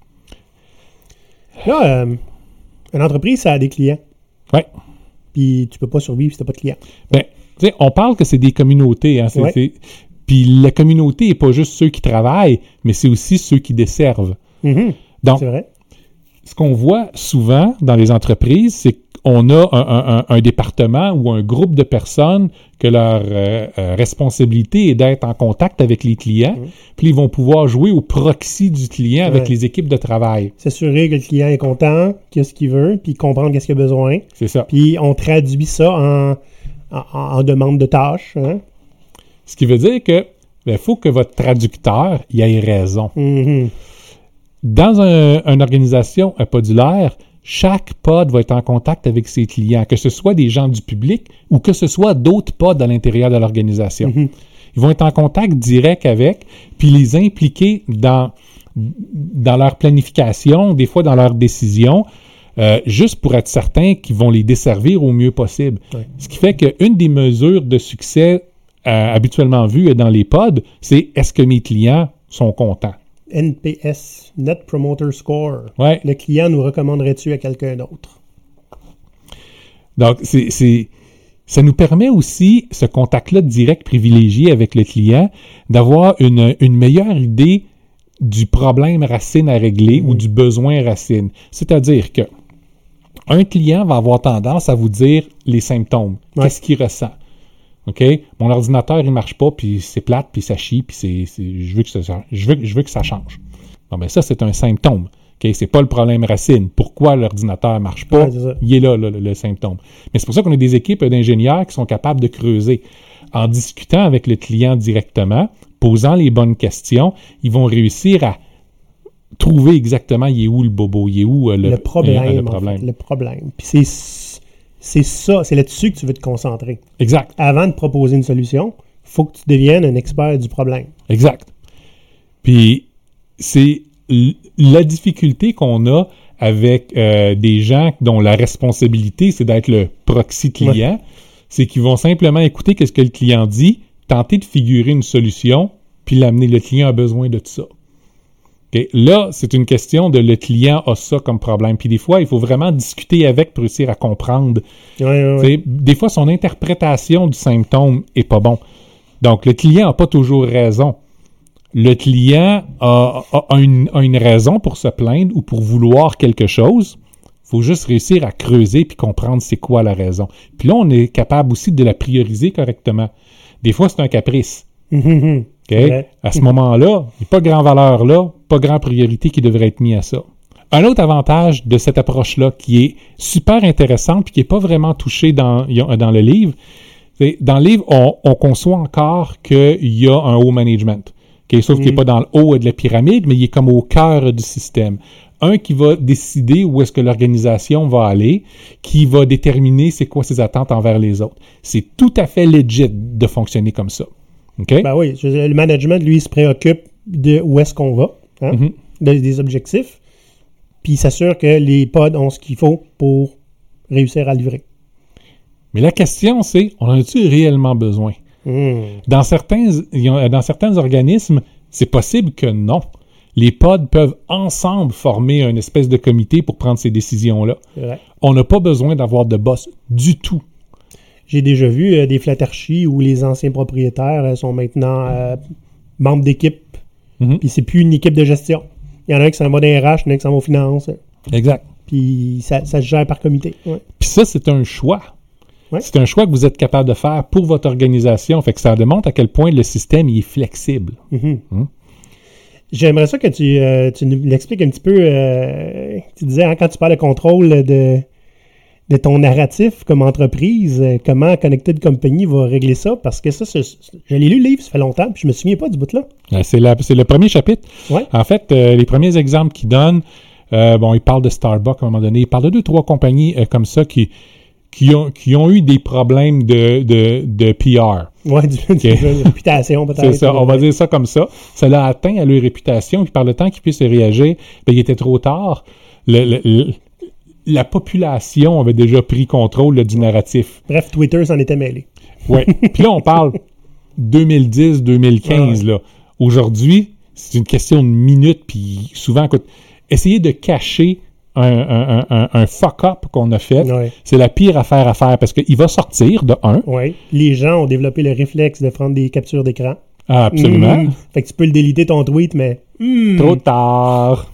Là, une entreprise, ça a des clients. Oui. Puis tu peux pas survivre si tu n'as pas de clients. Bien, tu sais, on parle que c'est des communautés. Hein, puis la communauté n'est pas juste ceux qui travaillent, mais c'est aussi ceux qui desservent. Donc, c'est vrai. Ce qu'on voit souvent dans les entreprises, c'est qu'on a un département ou un groupe de personnes que leur responsabilité est d'être en contact avec les clients, puis ils vont pouvoir jouer au proxy du client avec les équipes de travail. S'assurer que le client est content, qu'il a ce qu'il veut, puis comprendre qu'est-ce qu'il a besoin. C'est ça. Puis on traduit ça en demande de tâches. Hein? Ce qui veut dire que il faut que votre traducteur y ait raison. Dans une organisation podulaire, chaque pod va être en contact avec ses clients, que ce soit des gens du public ou que ce soit d'autres pods à l'intérieur de l'organisation. Ils vont être en contact direct avec, puis les impliquer dans leur planification, des fois dans leurs décisions, juste pour être certains qu'ils vont les desservir au mieux possible. Ce qui fait qu'une des mesures de succès habituellement vues dans les pods, c'est est-ce que mes clients sont contents? NPS, Net Promoter Score. Ouais. Le client nous recommanderait-tu à quelqu'un d'autre? Donc, ça nous permet aussi, ce contact-là direct privilégié avec le client, d'avoir une meilleure idée du problème racine à régler ou du besoin racine. C'est-à-dire que un client va avoir tendance à vous dire les symptômes. Qu'est-ce qu'il ressent? OK? Mon ordinateur, il marche pas, puis c'est plate, puis ça chie, puis je veux que ça change. Bon, ben ça, c'est un symptôme. OK? C'est pas le problème racine. Pourquoi l'ordinateur marche pas? Il est là, le symptôme. Mais c'est pour ça qu'on a des équipes d'ingénieurs qui sont capables de creuser. En discutant avec le client directement, posant les bonnes questions, ils vont réussir à trouver exactement il est où le bobo, il est où le problème. Le problème. Puis c'est ça, c'est là-dessus que tu veux te concentrer. Exact. Avant de proposer une solution, il faut que tu deviennes un expert du problème. Exact. Puis, c'est la difficulté qu'on a avec des gens dont la responsabilité, c'est d'être le proxy client, c'est qu'ils vont simplement écouter ce que le client dit, tenter de figurer une solution, puis l'amener. Le client a besoin de tout ça. Okay? Là, c'est une question de le client a ça comme problème. Puis des fois, il faut vraiment discuter avec pour réussir à comprendre. Des fois, son interprétation du symptôme est pas bon. Donc, le client n'a pas toujours raison. Le client a une raison pour se plaindre ou pour vouloir quelque chose. Il faut juste réussir à creuser puis comprendre c'est quoi la raison. Puis là, on est capable aussi de la prioriser correctement. Des fois, c'est un caprice. Okay? À ce moment-là, il n'y a pas grand valeur là, pas grand priorité qui devrait être mis à ça. Un autre avantage de cette approche-là qui est super intéressante puis qui n'est pas vraiment touché dans le livre, c'est dans le livre, on conçoit encore qu'il y a un haut management. Okay? Sauf qu'il n'est pas dans le haut de la pyramide, mais il est comme au cœur du système. Un qui va décider où est-ce que l'organisation va aller, qui va déterminer c'est quoi ses attentes envers les autres. C'est tout à fait legit de fonctionner comme ça. Okay? Ben oui, le management, lui, se préoccupe de où est-ce qu'on va, des objectifs, puis il s'assure que les pods ont ce qu'il faut pour réussir à livrer. Mais la question, c'est, on en a-tu réellement besoin? Dans certains organismes, c'est possible que non. Les pods peuvent ensemble former une espèce de comité pour prendre ces décisions-là. On n'a pas besoin d'avoir de boss du tout. J'ai déjà vu des flatarchies où les anciens propriétaires sont maintenant membres d'équipe. Puis c'est plus une équipe de gestion. Il y en a un qui s'en va dans les RH, il y en a un qui s'en va aux finances. Exact. Puis ça se gère par comité. Ouais. Puis ça, c'est un choix. Ouais. C'est un choix que vous êtes capable de faire pour votre organisation. Fait que ça démontre à quel point le système il est flexible. J'aimerais ça que tu nous l'expliques un petit peu. Tu disais, quand tu parles de contrôle de ton narratif comme entreprise, comment Connected Company va régler ça? Parce que ça, je l'ai lu le livre, ça fait longtemps, puis je me souviens pas du bout-là. C'est le premier chapitre. Ouais. En fait, les premiers exemples qu'il donne, il parle de Starbucks à un moment donné, il parle de 2-3 compagnies comme ça qui ont eu des problèmes de PR. Oui, de réputation peut-être. C'est ça, on va dire ça comme ça. Ça l'a atteint à leur réputation, puis par le temps qu'ils puissent réagir, il était trop tard. La population avait déjà pris contrôle du narratif. Bref, Twitter s'en était mêlé. Oui. Puis là, on parle 2010-2015. Là. Aujourd'hui, c'est une question de minutes. Puis souvent, essayer de cacher un fuck-up qu'on a fait, c'est la pire affaire à faire parce qu'il va sortir de un. Oui. Les gens ont développé le réflexe de prendre des captures d'écran. Ah, absolument. Fait que tu peux le déliter ton tweet, mais... Trop tard.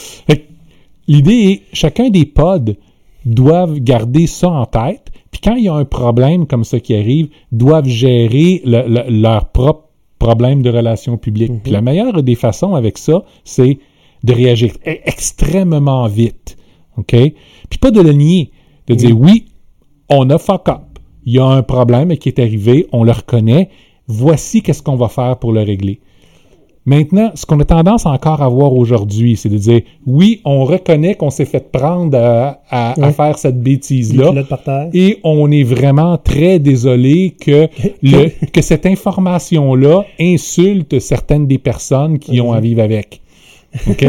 L'idée est, chacun des pods doivent garder ça en tête, puis quand il y a un problème comme ça qui arrive, doivent gérer leur propre problème de relations publiques. Puis la meilleure des façons avec ça, c'est de réagir extrêmement vite. OK? Puis pas de le nier, de dire oui, on a fuck up. Il y a un problème qui est arrivé, on le reconnaît, voici qu'est-ce qu'on va faire pour le régler. Maintenant, ce qu'on a tendance encore à voir aujourd'hui, c'est de dire, oui, on reconnaît qu'on s'est fait prendre à faire cette bêtise-là, et on est vraiment très désolé que cette information-là insulte certaines des personnes qui ont à vivre avec. OK?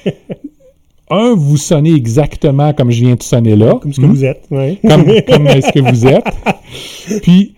Vous sonnez exactement comme je viens de sonner là. Comme ce que vous êtes. Oui. Comme ce que vous êtes. Puis,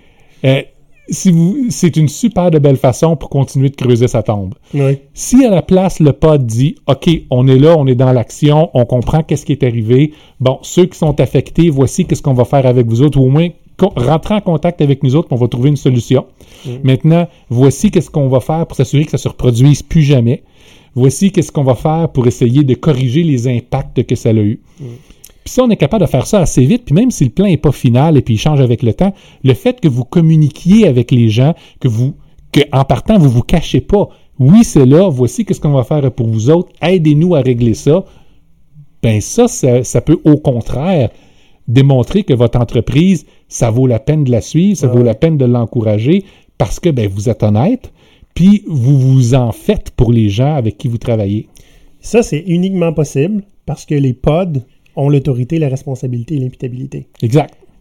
c'est une super de belle façon pour continuer de creuser sa tombe. Oui. Si à la place, le pod dit « OK, on est là, on est dans l'action, on comprend qu'est-ce qui est arrivé. Bon, ceux qui sont affectés, voici qu'est-ce qu'on va faire avec vous autres. » Ou au moins, rentrer en contact avec nous autres, on va trouver une solution. Maintenant, voici qu'est-ce qu'on va faire pour s'assurer que ça se reproduise plus jamais. Voici qu'est-ce qu'on va faire pour essayer de corriger les impacts que ça a eu. Puis ça, on est capable de faire ça assez vite, puis même si le plan n'est pas final et puis il change avec le temps, le fait que vous communiquiez avec les gens, que en partant, vous vous cachez pas. Oui, c'est là, voici qu'est-ce qu'on va faire pour vous autres, aidez-nous à régler ça. Ben ça peut au contraire démontrer que votre entreprise, ça vaut la peine de la suivre, ça vaut la peine de l'encourager, parce que vous êtes honnête, puis vous vous en faites pour les gens avec qui vous travaillez. Ça, c'est uniquement possible parce que les pods ont l'autorité, la responsabilité et l'imputabilité. Exact.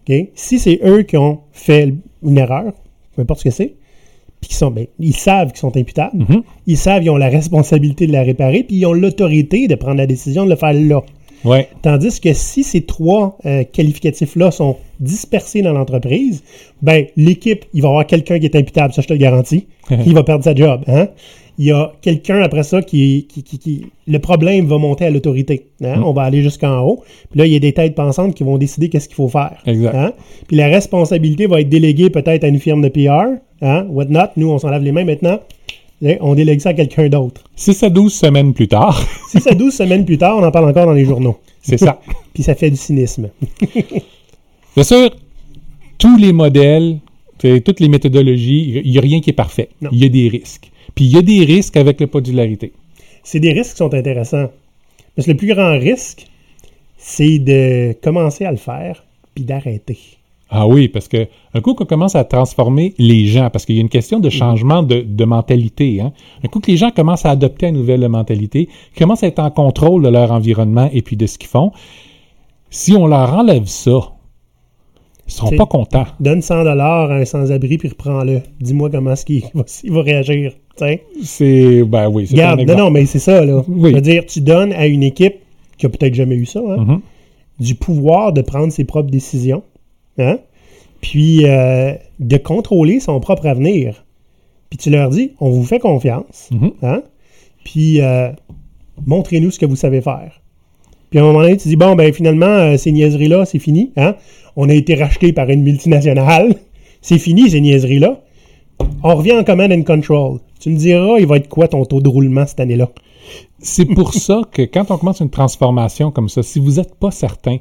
OK? Si c'est eux qui ont fait une erreur, peu importe ce que c'est, puis ils savent qu'ils sont imputables, ils savent qu'ils ont la responsabilité de la réparer, puis ils ont l'autorité de prendre la décision de le faire là. Ouais. Tandis que si ces trois qualificatifs-là sont dispersés dans l'entreprise, l'équipe, il va y avoir quelqu'un qui est imputable, ça je te le garantis, il va perdre sa job. Hein? Il y a quelqu'un après ça qui le problème va monter à l'autorité. Hein? On va aller jusqu'en haut. Puis là, il y a des têtes pensantes qui vont décider qu'est-ce qu'il faut faire. Exact. Hein? Puis la responsabilité va être déléguée peut-être à une firme de PR. Hein? Whatnot. Nous, on s'en lave les mains maintenant. On délègue ça à quelqu'un d'autre. 6 à 12 semaines plus tard. 6 à 12 semaines plus tard, on en parle encore dans les journaux. C'est ça. Puis ça fait du cynisme. Bien sûr, tous les modèles, toutes les méthodologies, il n'y a rien qui est parfait. Non. Il y a des risques. Puis il y a des risques avec la modularité. C'est des risques qui sont intéressants. Parce que le plus grand risque, c'est de commencer à le faire puis d'arrêter. Ah oui, parce que un coup qu'on commence à transformer les gens, parce qu'il y a une question de changement de mentalité. Hein? Un coup que les gens commencent à adopter une nouvelle mentalité, commencent à être en contrôle de leur environnement et puis de ce qu'ils font, si on leur enlève ça, ils ne seront pas contents. Donne 100$ à un sans-abri puis reprends-le. Dis-moi comment est-ce qu'il va réagir. T'sais? C'est Regarde, non, mais c'est ça, là. Oui. Je veux dire, tu donnes à une équipe qui a peut-être jamais eu ça, hein, du pouvoir de prendre ses propres décisions, hein, puis de contrôler son propre avenir. Puis tu leur dis, on vous fait confiance, hein, puis montrez-nous ce que vous savez faire. Puis à un moment donné, tu dis, finalement, ces niaiseries-là, c'est fini, hein. On a été racheté par une multinationale. C'est fini, ces niaiseries-là. On revient en command and control. Tu me diras, il va être quoi ton taux de roulement cette année-là? C'est pour ça que quand on commence une transformation comme ça, si vous n'êtes pas certain,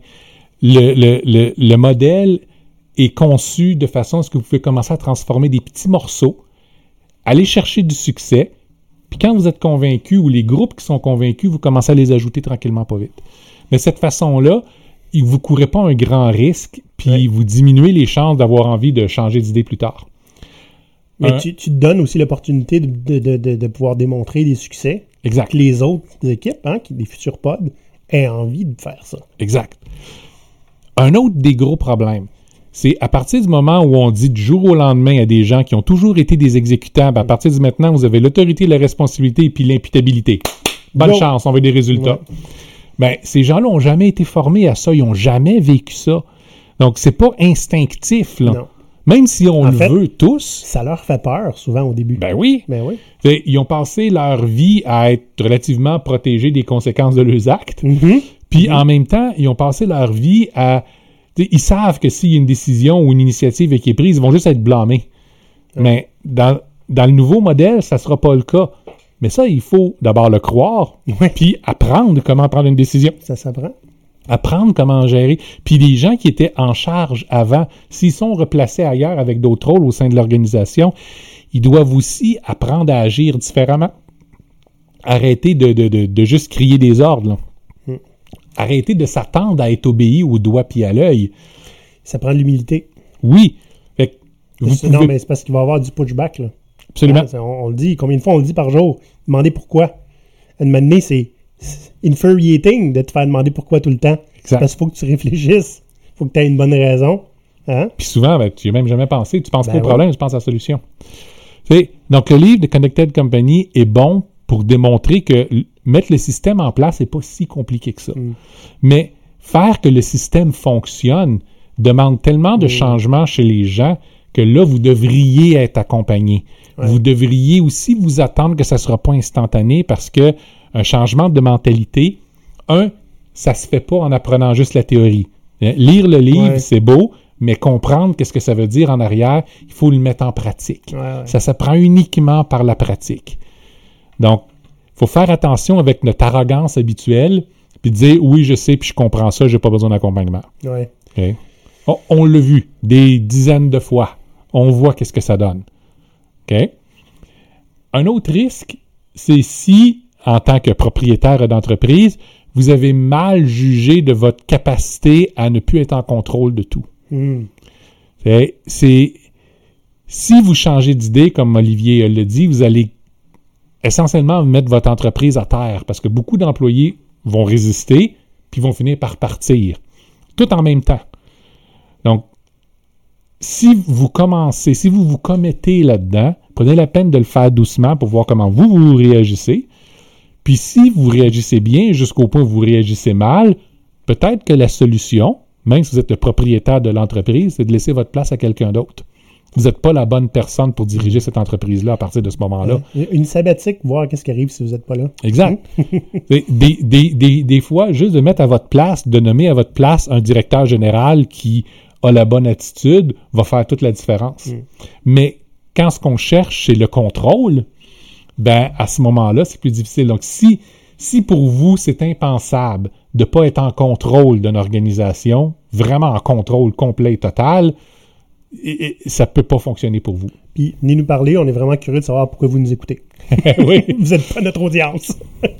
le modèle est conçu de façon à ce que vous pouvez commencer à transformer des petits morceaux, aller chercher du succès, puis quand vous êtes convaincu, ou les groupes qui sont convaincus, vous commencez à les ajouter tranquillement pas vite. Mais de cette façon-là, vous ne courez pas un grand risque, puis vous diminuez les chances d'avoir envie de changer d'idée plus tard. Mais tu te donnes aussi l'opportunité de pouvoir démontrer des succès. Exact. Que les autres équipes, les futurs pods, aient envie de faire ça. Exact. Un autre des gros problèmes, c'est à partir du moment où on dit du jour au lendemain à des gens qui ont toujours été des exécutables, à partir de maintenant, vous avez l'autorité, la responsabilité et puis l'imputabilité. Bonne chance, on veut des résultats. Ouais. Ces gens-là n'ont jamais été formés à ça, ils n'ont jamais vécu ça. Donc, c'est pas instinctif, là. Non. Même si on veut tous. Ça leur fait peur, souvent, au début. Ben oui. Ils ont passé leur vie à être relativement protégés des conséquences de leurs actes. Puis, en même temps, ils ont passé leur vie à... Ils savent que s'il y a une décision ou une initiative qui est prise, ils vont juste être blâmés. Mais dans le nouveau modèle, ça ne sera pas le cas. Mais ça, il faut d'abord le croire, puis apprendre comment prendre une décision. Ça s'apprend. Apprendre comment gérer. Puis les gens qui étaient en charge avant, s'ils sont replacés ailleurs avec d'autres rôles au sein de l'organisation, ils doivent aussi apprendre à agir différemment. Arrêter de juste crier des ordres. Là. Arrêter de s'attendre à être obéi au doigt puis à l'œil. Ça prend de l'humilité. Oui. Non, mais c'est parce qu'il va y avoir du pushback. Là. Absolument. On le dit. Combien de fois on le dit par jour? Demandez pourquoi. À un moment donné, c'est infuriating de te faire demander pourquoi tout le temps. Exact. Parce qu'il faut que tu réfléchisses. Il faut que tu aies une bonne raison. Hein? Puis souvent, tu n'y as même jamais pensé. Tu penses pas au problème, tu penses à la solution. Donc, le livre de Connected Company est bon pour démontrer que mettre le système en place n'est pas si compliqué que ça. Mais faire que le système fonctionne demande tellement de changements chez les gens que là, vous devriez être accompagné. Vous devriez aussi vous attendre que ça ne sera pas instantané parce que un changement de mentalité, ça ne se fait pas en apprenant juste la théorie. Lire le livre, c'est beau, mais comprendre qu'est-ce que ça veut dire en arrière, il faut le mettre en pratique. Ça s'apprend uniquement par la pratique. Donc, il faut faire attention avec notre arrogance habituelle, puis dire « Oui, je sais, puis je comprends ça, je n'ai pas besoin d'accompagnement. » Okay? On l'a vu des dizaines de fois. On voit qu'est-ce que ça donne. Okay? Un autre risque, c'est si, en tant que propriétaire d'entreprise, vous avez mal jugé de votre capacité à ne plus être en contrôle de tout. Si vous changez d'idée, comme Olivier l'a dit, vous allez essentiellement mettre votre entreprise à terre parce que beaucoup d'employés vont résister puis vont finir par partir, tout en même temps. Donc, si vous vous commettez là-dedans, prenez la peine de le faire doucement pour voir comment vous réagissez. Puis si vous réagissez bien jusqu'au point où vous réagissez mal, peut-être que la solution, même si vous êtes le propriétaire de l'entreprise, c'est de laisser votre place à quelqu'un d'autre. Vous n'êtes pas la bonne personne pour diriger cette entreprise-là à partir de ce moment-là. Une sabbatique, voir qu'est-ce qui arrive si vous n'êtes pas là. Exact. Des fois, juste de mettre à votre place, de nommer à votre place un directeur général qui a la bonne attitude, va faire toute la différence. Mais quand ce qu'on cherche, c'est le contrôle, ben à ce moment-là, c'est plus difficile. Donc, si pour vous, c'est impensable de ne pas être en contrôle d'une organisation, vraiment en contrôle complet et total, ça ne peut pas fonctionner pour vous. Puis, venez nous parler, on est vraiment curieux de savoir pourquoi vous nous écoutez. Oui. Vous n'êtes pas notre audience.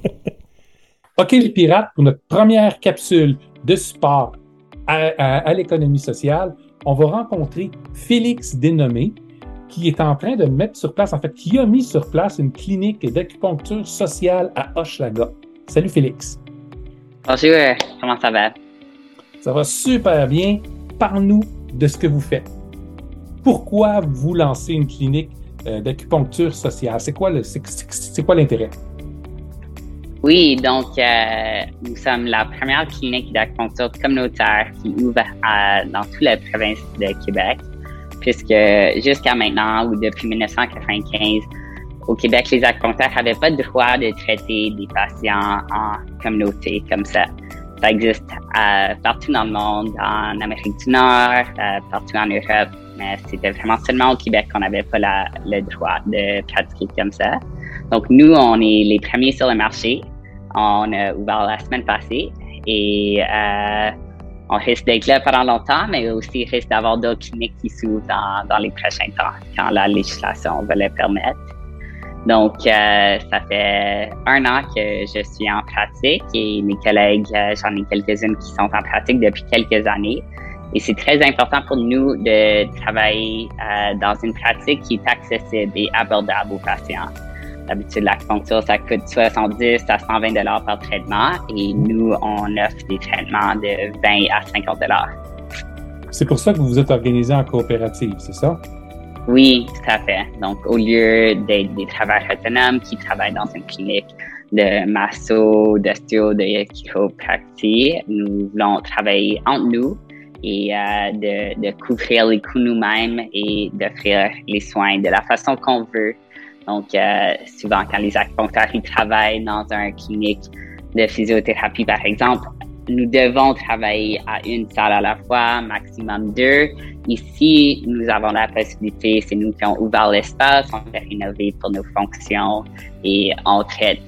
OK, les pirates, pour notre première capsule de support à l'économie sociale, on va rencontrer Félix Dénommé, qui est en train de mettre sur place, en fait, qui a mis sur place une clinique d'acupuncture sociale à Hochelaga. Salut Félix. Bonjour, comment ça va? Ça va super bien. Parle-nous de ce que vous faites. Pourquoi vous lancez une clinique d'acupuncture sociale? C'est quoi l'intérêt? Oui, donc nous sommes la première clinique d'acupuncture communautaire qui ouvre dans toute la province de Québec, puisque jusqu'à maintenant, ou depuis 1995, au Québec, les acupuncteurs n'avaient pas le droit de traiter des patients en communauté comme ça. Ça existe partout dans le monde, en Amérique du Nord, partout en Europe, mais c'était vraiment seulement au Québec qu'on n'avait pas le droit de pratiquer comme ça. Donc nous, on est les premiers sur le marché. On a ouvert la semaine passée et on risque d'être là pendant longtemps, mais aussi risque d'avoir d'autres cliniques qui s'ouvrent dans les prochains temps, quand la législation va le permettre. Donc, ça fait 1 an que je suis en pratique et mes collègues, j'en ai quelques-unes qui sont en pratique depuis quelques années. Et c'est très important pour nous de travailler dans une pratique qui est accessible et abordable aux patients. D'habitude, l'acupuncture, ça coûte 70 à 120 $ par traitement et nous, on offre des traitements de 20 à 50 $. C'est pour ça que vous vous êtes organisé en coopérative, c'est ça? Oui, tout à fait. Donc, au lieu d'être des travailleurs autonomes qui travaillent dans une clinique de masso, d'ostéo, de chiropractie, nous voulons travailler entre nous et de couvrir les coûts nous-mêmes et d'offrir les soins de la façon qu'on veut. Donc, souvent, quand les acupuncteurs ils travaillent dans une clinique de physiothérapie, par exemple, nous devons travailler à une salle à la fois, maximum 2. Ici, nous avons la possibilité, c'est nous qui avons ouvert l'espace, on l'a rénové pour nos fonctions et on traite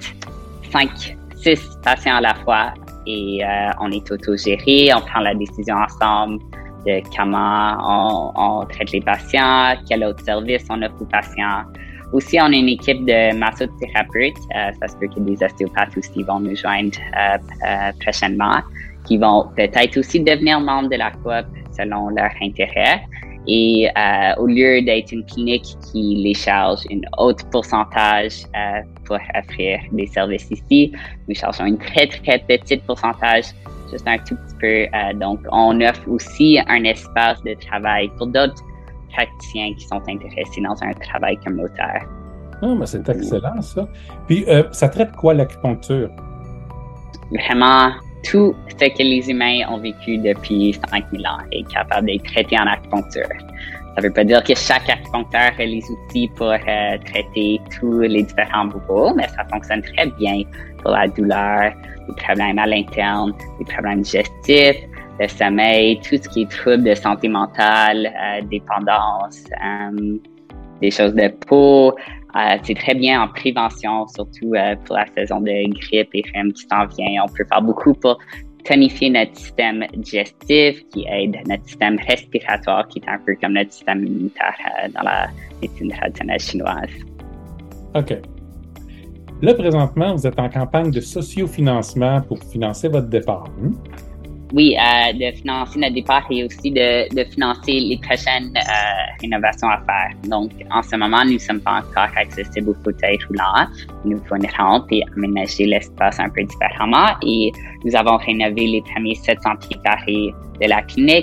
5-6 patients à la fois et on est autogéré, on prend la décision ensemble de comment on traite les patients, quel autre service on offre aux patients. Aussi, on a une équipe de massothérapeutes. Ça se peut que des ostéopathes aussi vont nous joindre prochainement, qui vont peut-être aussi devenir membres de la coop selon leur intérêt. Et au lieu d'être une clinique qui les charge un haut pourcentage pour offrir des services ici, nous chargeons une très, très petite pourcentage, juste un tout petit peu. Donc, on offre aussi un espace de travail pour d'autres praticiens qui sont intéressés dans un travail communautaire. Ah, mais c'est excellent, ça. Puis, ça traite quoi, l'acupuncture? Vraiment, tout ce que les humains ont vécu depuis 5000 ans est capable d'être traité en acupuncture. Ça ne veut pas dire que chaque acupuncteur a les outils pour traiter tous les différents bourreaux, mais ça fonctionne très bien pour la douleur, les problèmes à l'interne, les problèmes digestifs, le sommeil, tout ce qui est troubles de santé mentale, dépendance, des choses de peau. C'est très bien en prévention, surtout pour la saison de grippe et rhume qui s'en vient. On peut faire beaucoup pour tonifier notre système digestif, qui aide notre système respiratoire, qui est un peu comme notre système immunitaire dans la médecine traditionnelle chinoise. OK. Là, présentement, vous êtes en campagne de sociofinancement pour financer votre départ. Oui, de financer notre départ et aussi de financer les prochaines rénovations à faire. Donc, en ce moment, nous ne sommes pas encore accessibles aux fauteuils roulants. Il nous faut une rampe et aménager l'espace un peu différemment. Et nous avons rénové les premiers 700 pieds carrés de la clinique.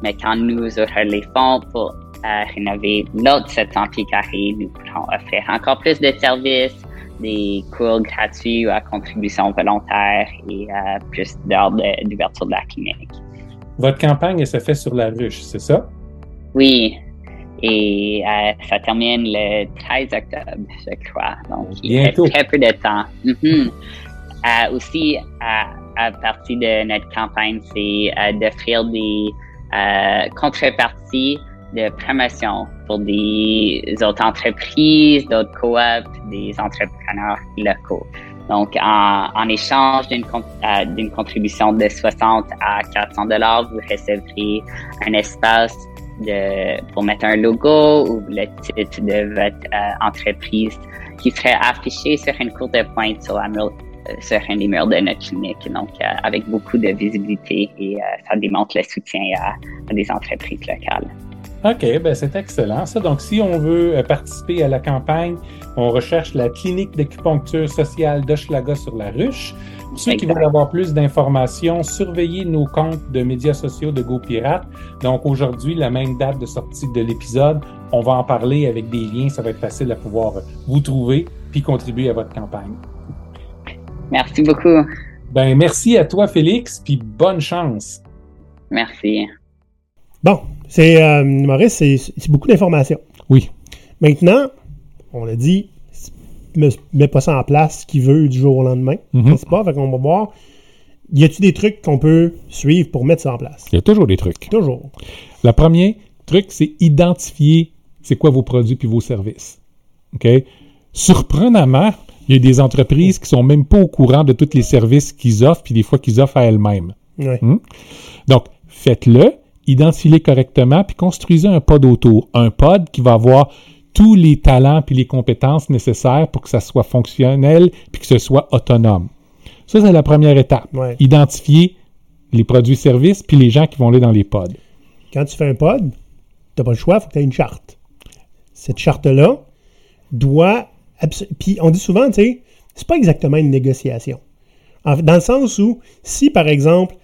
Mais quand nous aurons les fonds pour rénover l'autre 700 pieds carrés, nous pourrons offrir encore plus de services, des cours gratuits ou à contribution volontaire et plus d'heures d'ouverture de la clinique. Votre campagne, elle se fait sur la ruche, c'est ça? Oui, et ça termine le 13 octobre, je crois. Donc, bientôt. Il reste très peu de temps. Aussi, à partir de notre campagne, c'est d'offrir des contreparties de promotion pour des autres entreprises, d'autres coops, des entrepreneurs locaux. Donc, en échange d'une contribution de 60 à 400 $, vous recevrez un espace pour mettre un logo ou le titre de votre entreprise qui serait affiché sur une courte pointe sur un des murs de notre clinique. Donc, avec beaucoup de visibilité et ça démontre le soutien à des entreprises locales. OK, ben c'est excellent ça. Donc, si on veut participer à la campagne, on recherche la clinique d'acupuncture sociale d'Hochelaga sur la Ruche. Pour ceux qui veulent avoir plus d'informations, surveillez nos comptes de médias sociaux de GoPirate. Donc, aujourd'hui, la même date de sortie de l'épisode, on va en parler avec des liens. Ça va être facile à pouvoir vous trouver puis contribuer à votre campagne. Merci beaucoup. Ben, merci à toi, Félix, puis bonne chance. Merci. Bon, Maurice, c'est beaucoup d'informations. Oui. Maintenant, on l'a dit, ne mets pas ça en place qui veut du jour au lendemain. N'est-ce pas? Fait qu'on va voir. Y a-t-il des trucs qu'on peut suivre pour mettre ça en place? Il y a toujours des trucs. Toujours. Le premier truc, c'est identifier c'est quoi vos produits puis vos services. OK? Surprenamment, il y a des entreprises qui sont même pas au courant de tous les services qu'ils offrent puis des fois qu'ils offrent à elles-mêmes. Oui. Donc, faites-le, identifiez-les correctement puis construisez un pod autour. Un pod qui va avoir tous les talents puis les compétences nécessaires pour que ça soit fonctionnel puis que ce soit autonome. Ça, c'est la première étape. Ouais. Identifier les produits-services puis les gens qui vont aller dans les pods. Quand tu fais un pod, tu n'as pas le choix, il faut que tu aies une charte. Cette charte-là doit... Puis on dit souvent, tu sais, c'est pas exactement une négociation. Dans le sens où, si par exemple,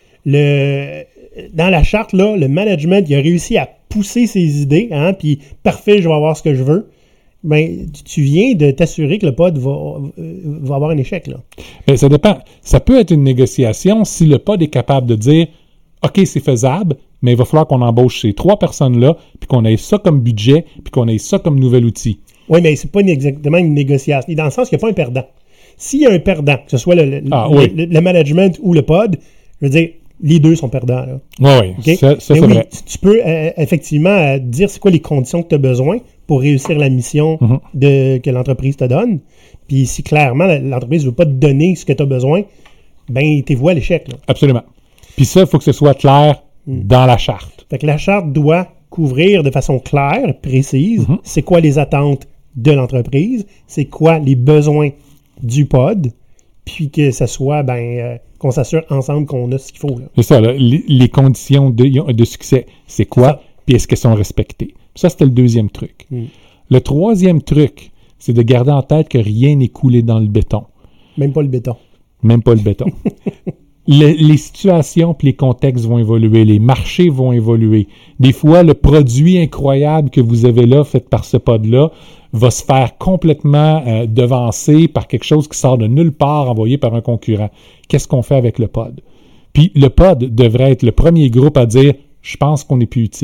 dans la charte, là, le management il a réussi à pousser ses idées, puis parfait, je vais avoir ce que je veux, ben, tu viens de t'assurer que le pod va avoir un échec. Là. Bien, ça dépend. Ça peut être une négociation si le pod est capable de dire « OK, c'est faisable, mais il va falloir qu'on embauche ces 3 personnes-là, puis qu'on ait ça comme budget, puis qu'on ait ça comme nouvel outil. » Oui, mais c'est pas exactement une négociation. Dans le sens qu'il n'y a pas un perdant. S'il y a un perdant, que ce soit le management ou le pod, je veux dire, les deux sont perdants. Oui, okay? Ça c'est vrai. Tu peux effectivement dire c'est quoi les conditions que tu as besoin pour réussir la mission que l'entreprise te donne. Puis si clairement l'entreprise ne veut pas te donner ce que tu as besoin, ben t'es voué à l'échec. Là. Absolument. Puis ça, il faut que ce soit clair dans la charte. Fait que la charte doit couvrir de façon claire, précise, c'est quoi les attentes de l'entreprise, c'est quoi les besoins du pod, puis que ça soit, qu'on s'assure ensemble qu'on a ce qu'il faut. Là. C'est ça, là, les conditions de succès, c'est quoi, puis est-ce qu'elles sont respectées. Ça, c'était le deuxième truc. Le troisième truc, c'est de garder en tête que rien n'est coulé dans le béton. Même pas le béton. Même pas le béton. Les situations puis les contextes vont évoluer, les marchés vont évoluer. Des fois, le produit incroyable que vous avez là, fait par ce pod-là, va se faire complètement devancer par quelque chose qui sort de nulle part, envoyé par un concurrent. Qu'est-ce qu'on fait avec le pod? Puis le pod devrait être le premier groupe à dire « Je pense qu'on n'est plus utile ».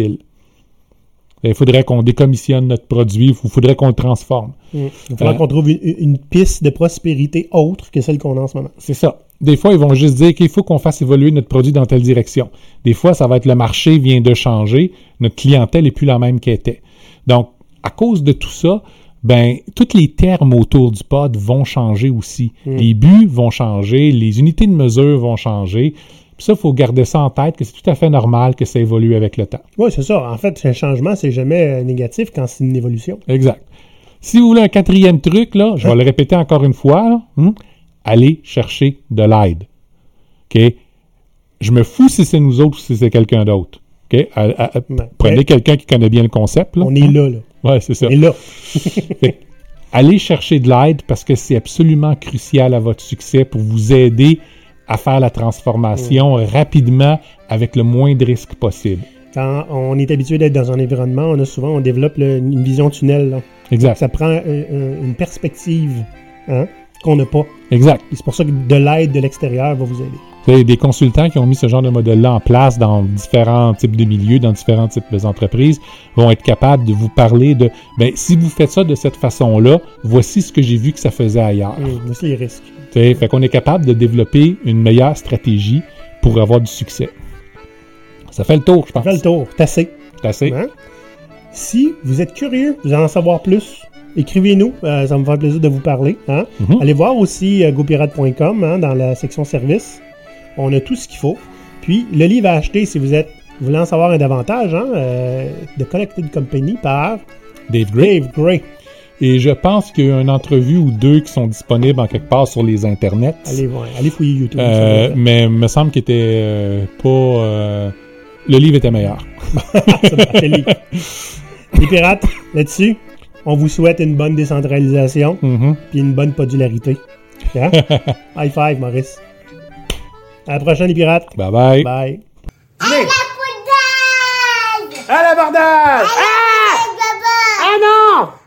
Il faudrait qu'on décommissionne notre produit, il faudrait qu'on le transforme. Il faudrait qu'on trouve une piste de prospérité autre que celle qu'on a en ce moment. C'est ça. Des fois, ils vont juste dire qu'il faut qu'on fasse évoluer notre produit dans telle direction. Des fois, ça va être le marché vient de changer, notre clientèle n'est plus la même qu'elle était. Donc, à cause de tout ça, tous les termes autour du pod vont changer aussi. Les buts vont changer, les unités de mesure vont changer. Puis ça, il faut garder ça en tête, que c'est tout à fait normal que ça évolue avec le temps. Oui, c'est ça. En fait, un changement, c'est jamais négatif quand c'est une évolution. Exact. Si vous voulez un quatrième truc, là, je vais le répéter encore une fois, allez chercher de l'aide. OK? Je me fous si c'est nous autres ou si c'est quelqu'un d'autre. OK? Prenez quelqu'un qui connaît bien le concept. Là. On est là. Oui, c'est ça. On est là. Allez chercher de l'aide parce que c'est absolument crucial à votre succès pour vous aider à faire la transformation rapidement avec le moins de risques possible. Quand on est habitué d'être dans un environnement, on développe une vision tunnel. Là. Exact. Ça prend une perspective qu'on n'a pas. Exact. Et c'est pour ça que de l'aide de l'extérieur va vous aider. Il y a des consultants qui ont mis ce genre de modèle-là en place dans différents types de milieux, dans différents types d'entreprises, vont être capables de vous parler de, si vous faites ça de cette façon-là, voici ce que j'ai vu que ça faisait ailleurs. Voici les risques. Fait qu'on est capable de développer une meilleure stratégie pour avoir du succès. Ça fait le tour, je pense. Ça fait le tour. T'assez. Hein? Si vous êtes curieux, vous en savoir plus, écrivez-nous. Ça va me faire plaisir de vous parler. Hein? Mm-hmm. Allez voir aussi gopirate.com dans la section service. On a tout ce qu'il faut. Puis, le livre à acheter, si vous voulez en savoir un davantage, de Connected Company par Dave Gray. Et je pense qu'il y a une entrevue ou deux qui sont disponibles en quelque part sur les internets. Allez fouiller YouTube. Mais il me semble qu'il était pas... le livre était meilleur. Les pirates, là-dessus, on vous souhaite une bonne décentralisation puis une bonne podularité. Hein? High five, Maurice. À la prochaine, les pirates. Bye bye. Bye. À l'abordage! À l'abordage! Ah! Ah non!